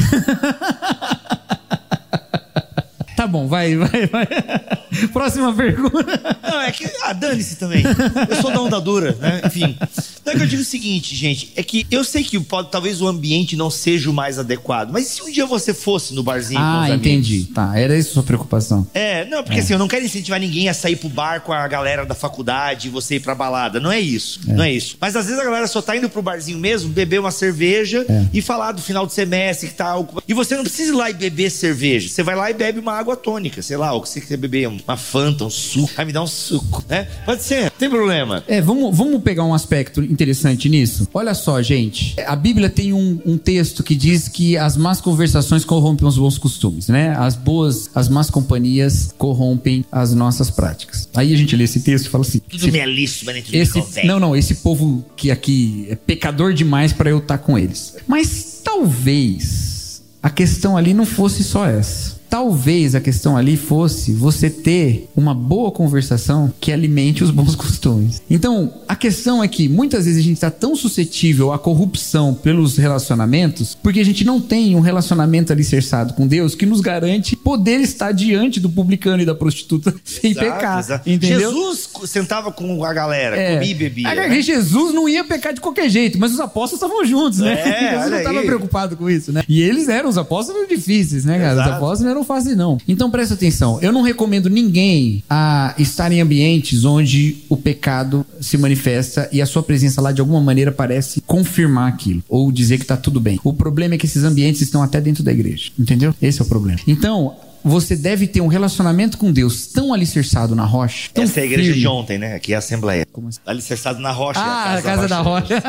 Tá bom, vai. Próxima pergunta. Não, é que... dane-se também. Eu sou da onda dura, né? Enfim. Então é que eu digo o seguinte, gente. É que eu sei que talvez o ambiente não seja o mais adequado. Mas se um dia você fosse no barzinho com os amigos... entendi. Tá, era isso a sua preocupação. Não, porque assim, eu não quero incentivar ninguém a sair pro bar com a galera da faculdade e você ir pra balada. Não é isso. Não é isso. Mas às vezes a galera só tá indo pro barzinho mesmo, beber uma cerveja e falar do final do semestre que tá... E você não precisa ir lá e beber cerveja. Você vai lá e bebe uma água tônica, sei lá, ou que você quer beber uma Fanta, um suco. Vai me dar um suco, né? Pode ser, não tem problema. Vamos pegar um aspecto interessante nisso. Olha só, gente. A Bíblia tem um texto que diz que as más conversações corrompem os bons costumes, né? As más companhias corrompem as nossas práticas. Aí a gente lê esse texto e fala assim... Tudo me é lícito, mas nem tudo me convém. Não, esse povo que aqui é pecador demais para eu estar com eles. Mas talvez a questão ali não fosse só essa. Talvez a questão ali fosse você ter uma boa conversação que alimente os bons costumes. Então, a questão é que muitas vezes a gente está tão suscetível à corrupção pelos relacionamentos, porque a gente não tem um relacionamento alicerçado com Deus que nos garante poder estar diante do publicano e da prostituta sem pecar. Exato. Entendeu? Jesus sentava com a galera, comia e bebia. Né? Jesus não ia pecar de qualquer jeito, mas os apóstolos estavam juntos, né? Jesus não estava preocupado com isso, né? E eles eram, os apóstolos eram difíceis, né, cara? Exato. Os apóstolos não eram fáceis, não. Então presta atenção, eu não recomendo ninguém a estar em ambientes onde o pecado se manifesta e a sua presença lá de alguma maneira parece confirmar aquilo, ou dizer que tá tudo bem. O problema é que esses ambientes estão até dentro da igreja, entendeu? Esse é o problema. Então, você deve ter um relacionamento com Deus tão alicerçado na rocha. Essa é a igreja de ontem, né? Aqui é a Assembleia. Como assim? Alicerçado na rocha. A casa da rocha.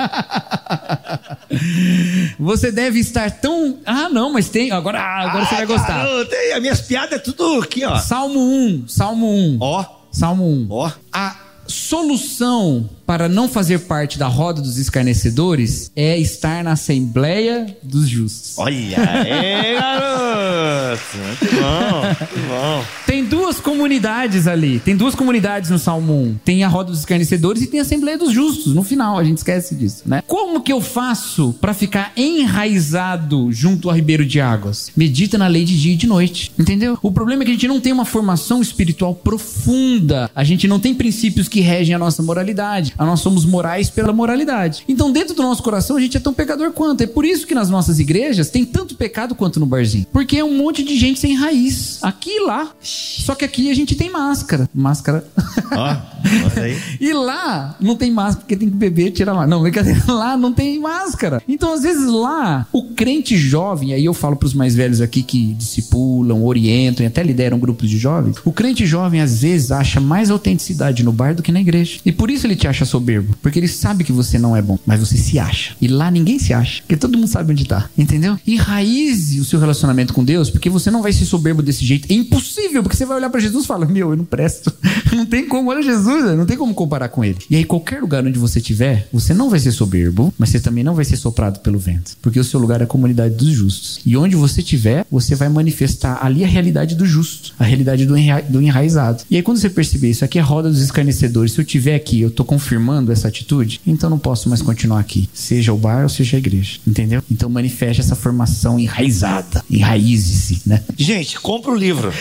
Você deve estar tão... não, mas tem... Agora você vai gostar. As minhas piadas é tudo aqui, ó. Salmo 1. Ó. Salmo 1. Ó. A solução para não fazer parte da roda dos escarnecedores é estar na Assembleia dos Justos. Olha aí, garoto! Muito bom. Tem duas comunidades ali. Tem duas comunidades no Salmo 1. Tem a roda dos escarnecedores e tem a Assembleia dos Justos. No final, a gente esquece disso, né? Como que eu faço para ficar enraizado junto ao ribeiro de águas? Medita na lei de dia e de noite. Entendeu? O problema é que a gente não tem uma formação espiritual profunda. A gente não tem princípios que regem a nossa moralidade. Nós somos morais pela moralidade. Então, dentro do nosso coração, a gente é tão pecador quanto. É por isso que nas nossas igrejas tem tanto pecado quanto no barzinho. Porque é um monte de gente sem raiz. Aqui e lá. Só que aqui a gente tem máscara. Máscara. Olha aí. E lá não tem máscara, porque tem que beber e tirar lá. Não, brincadeira. Lá não tem máscara. Então, às vezes lá, o crente jovem, aí eu falo pros mais velhos aqui que discipulam, orientam e até lideram grupos de jovens. O crente jovem, às vezes, acha mais autenticidade no bar do que na igreja. E por isso ele te acha soberbo, porque ele sabe que você não é bom, mas você se acha. E lá ninguém se acha, porque todo mundo sabe onde tá, entendeu? Enraize o seu relacionamento com Deus, porque você não vai ser soberbo desse jeito. É impossível, porque você vai olhar pra Jesus e fala, eu não presto. Não tem como, olha Jesus, não tem como comparar com ele. E aí qualquer lugar onde você estiver, você não vai ser soberbo, mas você também não vai ser soprado pelo vento, porque o seu lugar é a comunidade dos justos. E onde você estiver, você vai manifestar ali a realidade do justo, a realidade do enraizado. E aí quando você perceber isso aqui é a roda dos escarnecedores, se eu estiver aqui, eu tô confirmando essa atitude, então não posso mais continuar aqui, seja o bar ou seja a igreja, entendeu? Então manifeste essa formação enraizada, enraize-se, né? Gente, compra o livro.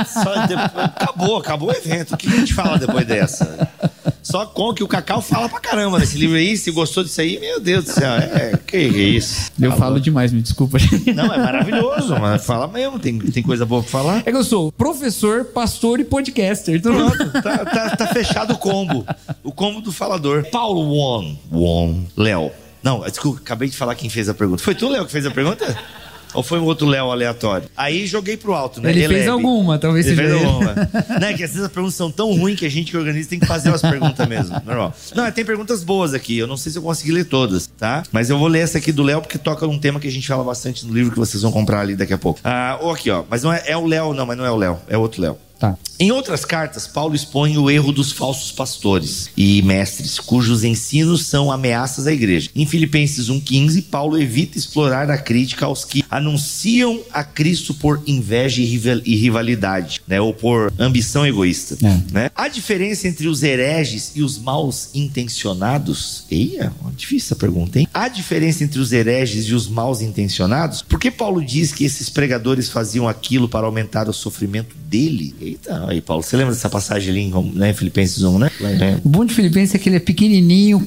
Acabou o evento. O que a gente fala depois dessa? Só com que o Cacau fala pra caramba desse livro aí. Se gostou disso aí, meu Deus do céu. Que isso? Eu falo demais, me desculpa. Não, é maravilhoso, mas fala mesmo. Tem coisa boa pra falar. É que eu sou professor, pastor e podcaster. Pronto, tá fechado o combo. O combo do falador. Paulo Léo. Não, desculpa, acabei de falar quem fez a pergunta. Foi tu, Léo, que fez a pergunta? Ou foi um outro Léo aleatório? Aí joguei pro alto, né? Ele fez alguma, talvez seja ele. Não, é que às vezes as perguntas são tão ruins que a gente que organiza tem que fazer umas perguntas mesmo, normal. Não, tem perguntas boas aqui, eu não sei se eu consegui ler todas, tá? Mas eu vou ler essa aqui do Léo, porque toca num tema que a gente fala bastante no livro que vocês vão comprar ali daqui a pouco. Ou aqui, ó, mas não é o Léo não, mas não é o Léo, é outro Léo. Tá. Em outras cartas, Paulo expõe o erro dos falsos pastores e mestres, cujos ensinos são ameaças à igreja. Em Filipenses 1,15, Paulo evita explorar a crítica aos que anunciam a Cristo por inveja e rivalidade, né? Ou por ambição egoísta. Né? A diferença entre os hereges e os maus intencionados... difícil essa pergunta, hein? A diferença entre os hereges e os maus intencionados? Por que Paulo diz que esses pregadores faziam aquilo para aumentar o sofrimento dele? Eita, aí Paulo, você lembra dessa passagem ali em Filipenses 1, né? O bom de Filipenses é que ele é pequenininho,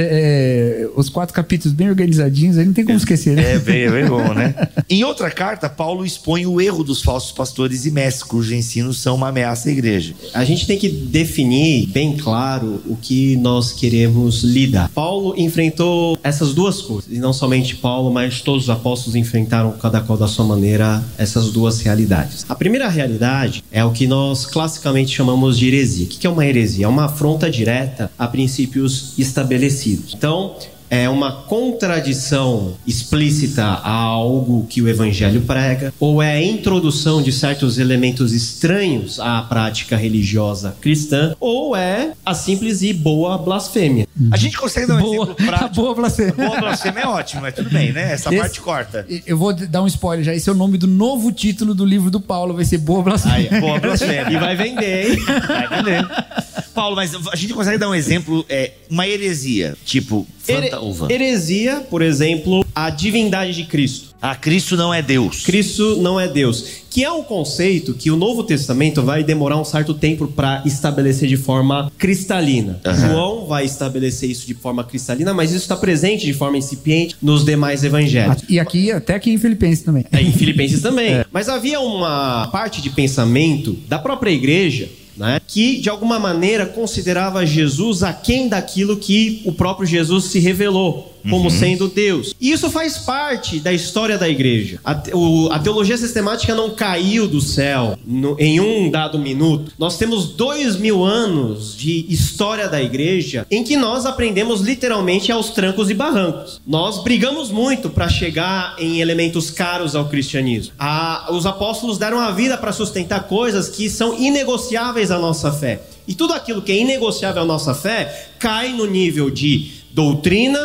os 4 capítulos bem organizadinhos, aí não tem como esquecer, né? É bem bom, né? Em outra carta, Paulo expõe o erro dos falsos pastores e mestres, cujos ensinos são uma ameaça à igreja. A gente tem que definir bem claro o que nós queremos lidar. Paulo enfrentou essas duas coisas, e não somente Paulo, mas todos os apóstolos enfrentaram, cada qual da sua maneira, essas duas realidades. A primeira realidade é o que nós classicamente chamamos de heresia. O que é uma heresia? É uma afronta direta a princípios estabelecidos. Então, é uma contradição explícita a algo que o evangelho prega, ou é a introdução de certos elementos estranhos à prática religiosa cristã, ou é a simples e boa blasfêmia. A gente consegue dar um exemplo prático? Boa blasfêmia. Boa blasfêmia é ótimo, mas tudo bem, né? Essa parte corta. Eu vou dar um spoiler já. Esse é o nome do novo título do livro do Paulo. Vai ser Boa Blasfêmia. Boa Blasfêmia. E vai vender, hein? Vai vender. Paulo, mas a gente consegue dar um exemplo, uma heresia, tipo Fanta Uva. Heresia, por exemplo, a divindade de Cristo. Cristo não é Deus. Cristo não é Deus. Que é um conceito que o Novo Testamento vai demorar um certo tempo para estabelecer de forma cristalina. João vai estabelecer isso de forma cristalina, mas isso está presente de forma incipiente nos demais evangelhos. E aqui, até aqui em Filipenses também. Em Filipenses também. Mas havia uma parte de pensamento da própria igreja, né, que de alguma maneira considerava Jesus aquém daquilo que o próprio Jesus se revelou como sendo Deus. E isso faz parte da história da igreja. A teologia sistemática não caiu do céu em um dado minuto. Nós temos 2000 anos de história da igreja em que nós aprendemos literalmente aos trancos e barrancos. Nós brigamos muito para chegar em elementos caros ao cristianismo. Os apóstolos deram a vida para sustentar coisas que são inegociáveis à nossa fé. E tudo aquilo que é inegociável à nossa fé cai no nível de doutrina,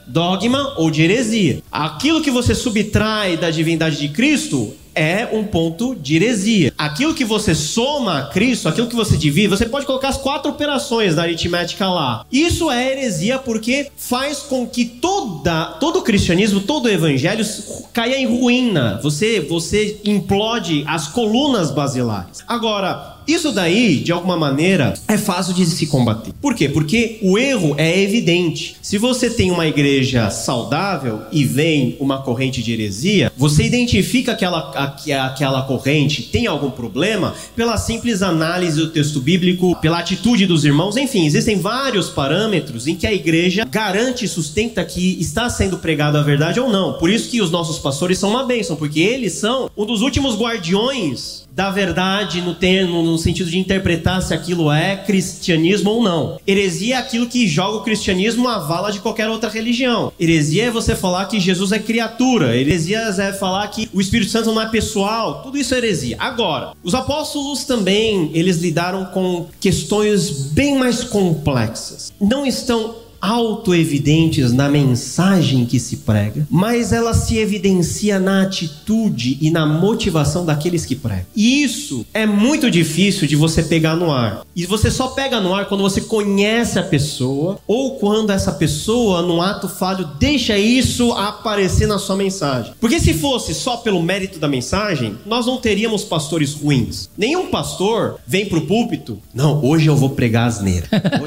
dogma ou de heresia. Aquilo que você subtrai da divindade de Cristo é um ponto de heresia. Aquilo que você soma a Cristo, aquilo que você divide, você pode colocar as 4 operações da aritmética lá. Isso é heresia porque faz com que todo o cristianismo, todo o evangelho caia em ruína. Você implode as colunas basilares. Agora, isso daí, de alguma maneira, é fácil de se combater. Por quê? Porque o erro é evidente. Se você tem uma igreja saudável e vem uma corrente de heresia, você identifica que aquela corrente tem algum problema pela simples análise do texto bíblico, pela atitude dos irmãos. Enfim, existem vários parâmetros em que a igreja garante e sustenta que está sendo pregada a verdade ou não. Por isso que os nossos pastores são uma bênção, porque eles são um dos últimos guardiões da verdade no sentido de interpretar se aquilo é cristianismo ou não. Heresia é aquilo que joga o cristianismo à vala de qualquer outra religião. Heresia é você falar que Jesus é criatura. Heresia é falar que o Espírito Santo não é pessoal. Tudo isso é heresia. Agora, os apóstolos também, eles lidaram com questões bem mais complexas. Não estão autoevidentes na mensagem que se prega, mas ela se evidencia na atitude e na motivação daqueles que pregam. E isso é muito difícil de você pegar no ar. E você só pega no ar quando você conhece a pessoa ou quando essa pessoa, num ato falho, deixa isso aparecer na sua mensagem. Porque se fosse só pelo mérito da mensagem, nós não teríamos pastores ruins. Nenhum pastor vem pro púlpito, não, hoje eu vou pregar asneira.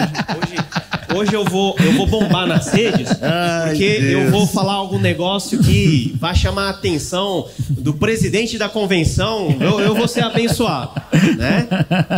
Hoje eu vou bombar nas redes, porque eu vou falar algum negócio que vai chamar a atenção do presidente da convenção, eu vou ser abençoado, né?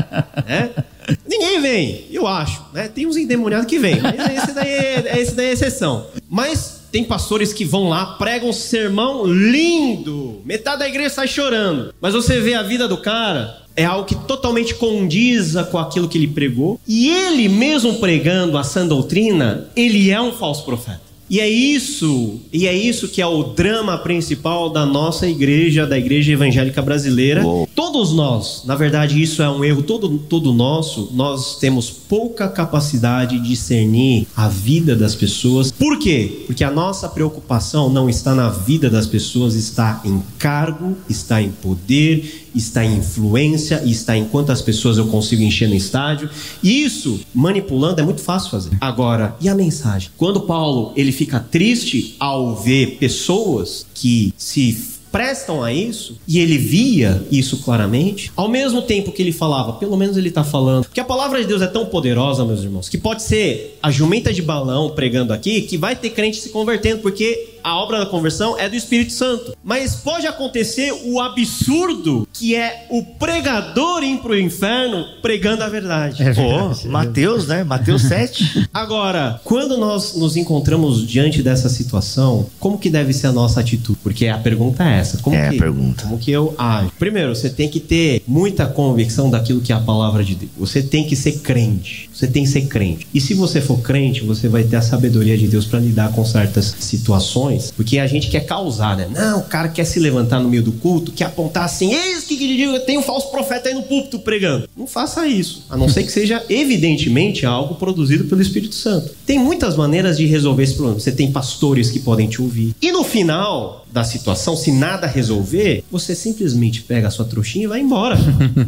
Ninguém vem, eu acho, né? Tem uns endemoniados que vêm, mas esse daí é exceção. Mas Tem pastores que vão lá, pregam um sermão lindo, metade da igreja sai chorando, mas você vê a vida do cara, é algo que totalmente condiza com aquilo que ele pregou, e ele mesmo pregando a sã doutrina, ele é um falso profeta. E é isso que é o drama principal da nossa igreja, da igreja evangélica brasileira. Todos nós, na verdade isso é um erro todo nosso, nós temos pouca capacidade de discernir a vida das pessoas. Por quê? Porque a nossa preocupação não está na vida das pessoas, está em cargo, está em poder, está em influência, está em quantas pessoas eu consigo encher no estádio. E isso, manipulando, é muito fácil fazer. Agora, e a mensagem? Quando Paulo ele fica triste ao ver pessoas que se prestam a isso, e ele via isso claramente, ao mesmo tempo que ele falava, pelo menos ele está falando, porque a palavra de Deus é tão poderosa, meus irmãos, que pode ser a jumenta de Balaão pregando aqui, que vai ter crente se convertendo, porque a obra da conversão é do Espírito Santo. Mas pode acontecer o absurdo, que é o pregador ir pro inferno pregando a verdade. Mateus, né? Mateus 7. Agora, quando nós nos encontramos diante dessa situação, como que deve ser a nossa atitude? Porque a pergunta é essa. Como que eu ajo? Primeiro, você tem que ter muita convicção daquilo que é a palavra de Deus. Você tem que ser crente. Você tem que ser crente. E se você for crente, você vai ter a sabedoria de Deus para lidar com certas situações. Porque a gente quer causar, né? Não, o cara quer se levantar no meio do culto, quer apontar assim, eis que tem um falso profeta aí no púlpito pregando. Não faça isso, a não ser que seja evidentemente algo produzido pelo Espírito Santo. Tem muitas maneiras de resolver esse problema. Você tem pastores que podem te ouvir. E no final da situação, se nada resolver, você simplesmente pega a sua trouxinha e vai embora.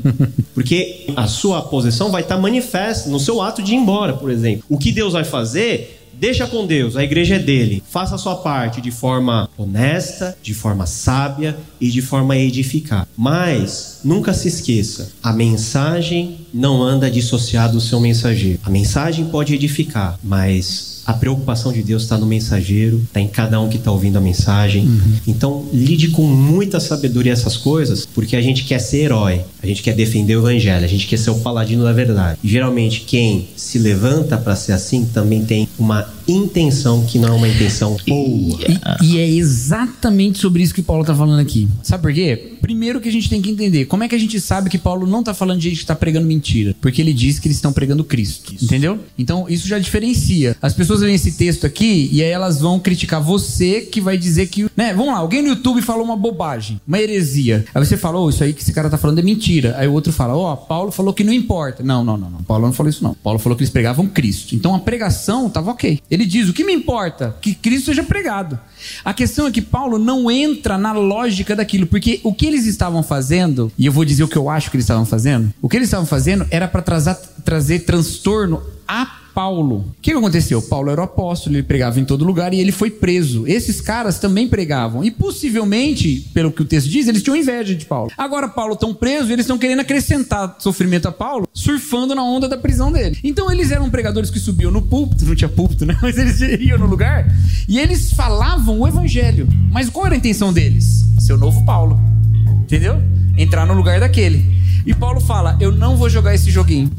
Porque a sua posição vai estar manifesta no seu ato de ir embora, por exemplo. O que Deus vai fazer... Deixa com Deus, a igreja é dele. Faça a sua parte de forma honesta, de forma sábia e de forma a edificar. Mas nunca se esqueça, a mensagem não anda dissociada do seu mensageiro. A mensagem pode edificar, mas a preocupação de Deus está no mensageiro, está em cada um que está ouvindo a mensagem. Então, lide com muita sabedoria essas coisas, porque a gente quer ser herói, a gente quer defender o evangelho, a gente quer ser o paladino da verdade. E geralmente, quem se levanta para ser assim também tem uma intenção que não é uma intenção boa. E é exatamente sobre isso que Paulo está falando aqui. Sabe por quê? Primeiro que a gente tem que entender, como é que a gente sabe que Paulo não está falando de gente que está pregando mentira? Porque ele diz que eles estão pregando Cristo. Isso. Entendeu? Então, isso já diferencia. As pessoas veem esse texto aqui e aí elas vão criticar você, que vai dizer que... né? Vamos lá, alguém no YouTube falou uma bobagem, uma heresia. Aí você fala, isso aí que esse cara está falando é mentira. Aí o outro fala, Paulo falou que não importa. Não. Paulo não falou isso não. Paulo falou que eles pregavam Cristo. Então a pregação estava ok. Ele diz, o que me importa? Que Cristo seja pregado. A questão é que Paulo não entra na lógica daquilo, porque o que eles estavam fazendo, e eu vou dizer o que eu acho que eles estavam fazendo, o que eles estavam fazendo era para trazer transtorno a Paulo. O que aconteceu? Paulo era o apóstolo, ele pregava em todo lugar e ele foi preso. Esses caras também pregavam e possivelmente, pelo que o texto diz, eles tinham inveja de Paulo. Agora Paulo estão presos e eles estão querendo acrescentar sofrimento a Paulo, surfando na onda da prisão dele. Então eles eram pregadores que subiam no púlpito, não tinha púlpito, né? Mas eles iam no lugar e eles falavam o evangelho. Mas qual era a intenção deles? Ser o novo Paulo. Entendeu? Entrar no lugar daquele. E Paulo fala, eu não vou jogar esse joguinho.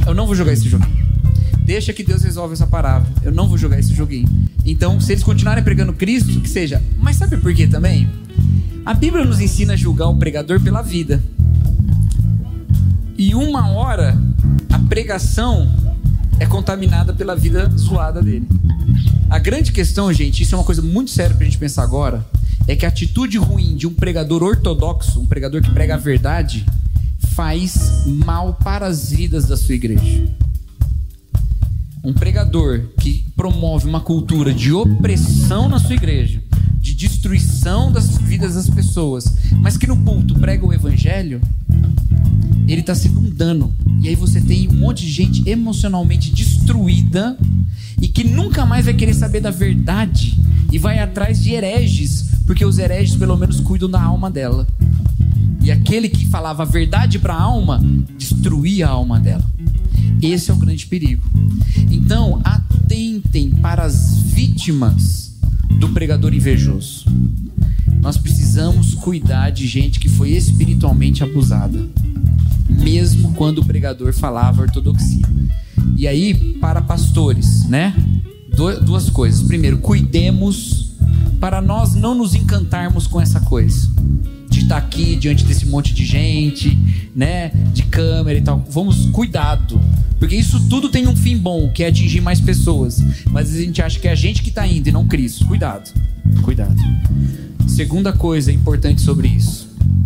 Deixa que Deus resolve essa parada. Eu não vou jogar esse joguinho. Então, se eles continuarem pregando Cristo, que seja. Mas sabe por quê também? A Bíblia nos ensina a julgar o pregador pela vida. E uma hora, a pregação é contaminada pela vida zoada dele. A grande questão, gente, isso é uma coisa muito séria pra gente pensar agora, é que a atitude ruim de um pregador ortodoxo, um pregador que prega a verdade, faz mal para as vidas da sua igreja. Um pregador que promove uma cultura de opressão na sua igreja, de destruição das vidas das pessoas, mas que no culto prega o evangelho, ele está sendo um dano. E aí você tem um monte de gente emocionalmente destruída e que nunca mais vai querer saber da verdade e vai atrás de hereges, porque os hereges pelo menos cuidam da alma dela. E aquele que falava a verdade para a alma, destruía a alma dela. Esse é o grande perigo. Então, atentem para as vítimas do pregador invejoso. Nós precisamos cuidar de gente que foi espiritualmente abusada, mesmo quando o pregador falava ortodoxia. E aí, para pastores, né? duas coisas. Primeiro, cuidemos para nós não nos encantarmos com essa coisa de estar aqui diante desse monte de gente, né, de câmera e tal. Vamos, cuidado, porque isso tudo tem um fim bom, que é atingir mais pessoas, mas a gente acha que é a gente que está indo e não Cristo. Cuidado. Segunda coisa importante sobre isso: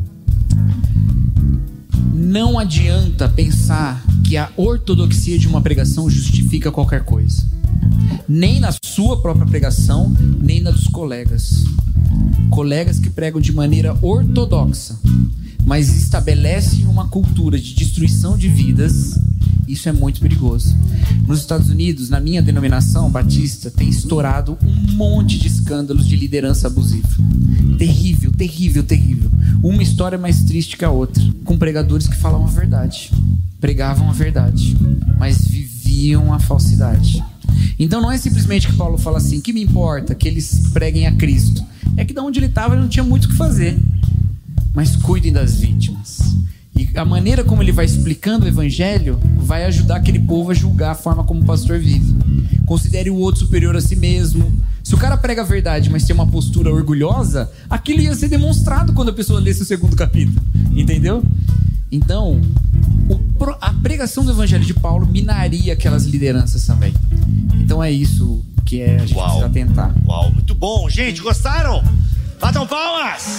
não adianta pensar que a ortodoxia de uma pregação justifica qualquer coisa, nem na sua própria pregação, nem na dos colegas que pregam de maneira ortodoxa, mas estabelecem uma cultura de destruição de vidas. Isso é muito perigoso. Nos Estados Unidos, na minha denominação batista, tem estourado um monte de escândalos de liderança abusiva. Terrível. Uma história mais triste que a outra, com pregadores que falavam a verdade, pregavam a verdade, mas viviam a falsidade. Então não é simplesmente que Paulo fala assim: que me importa que eles preguem a Cristo. É que de onde ele estava ele não tinha muito o que fazer. Mas cuidem das vítimas. E a maneira como ele vai explicando o evangelho vai ajudar aquele povo a julgar a forma como o pastor vive. Considere o outro superior a si mesmo. Se o cara prega a verdade, mas tem uma postura orgulhosa, aquilo ia ser demonstrado quando a pessoa lesse o 2º capítulo. Entendeu? Então, a pregação do evangelho de Paulo minaria aquelas lideranças também. Então é isso que a gente precisa tentar. Uau, muito bom. Gente, gostaram? Batam palmas!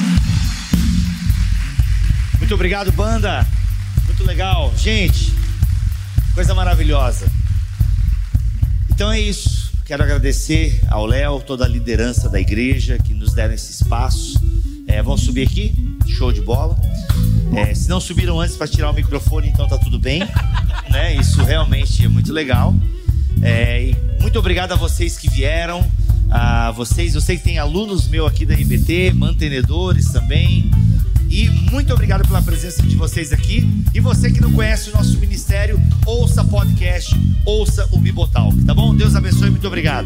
Muito obrigado, banda. Muito legal. Gente, coisa maravilhosa. Então é isso. Quero agradecer ao Léo, toda a liderança da igreja que nos deram esse espaço. Vamos subir aqui? Show de bola. Se não subiram antes para tirar o microfone, então tá tudo bem, né? Isso realmente é muito legal. E muito obrigado a vocês que vieram. Eu sei que tem alunos meus aqui da RBT, mantenedores também. E muito obrigado pela presença de vocês aqui. E você que não conhece o nosso ministério, ouça podcast, ouça o Bibotalk, tá bom? Deus abençoe, muito obrigado.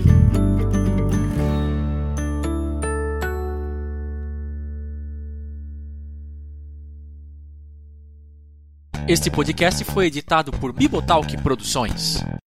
Este podcast foi editado por Bibotalk Produções.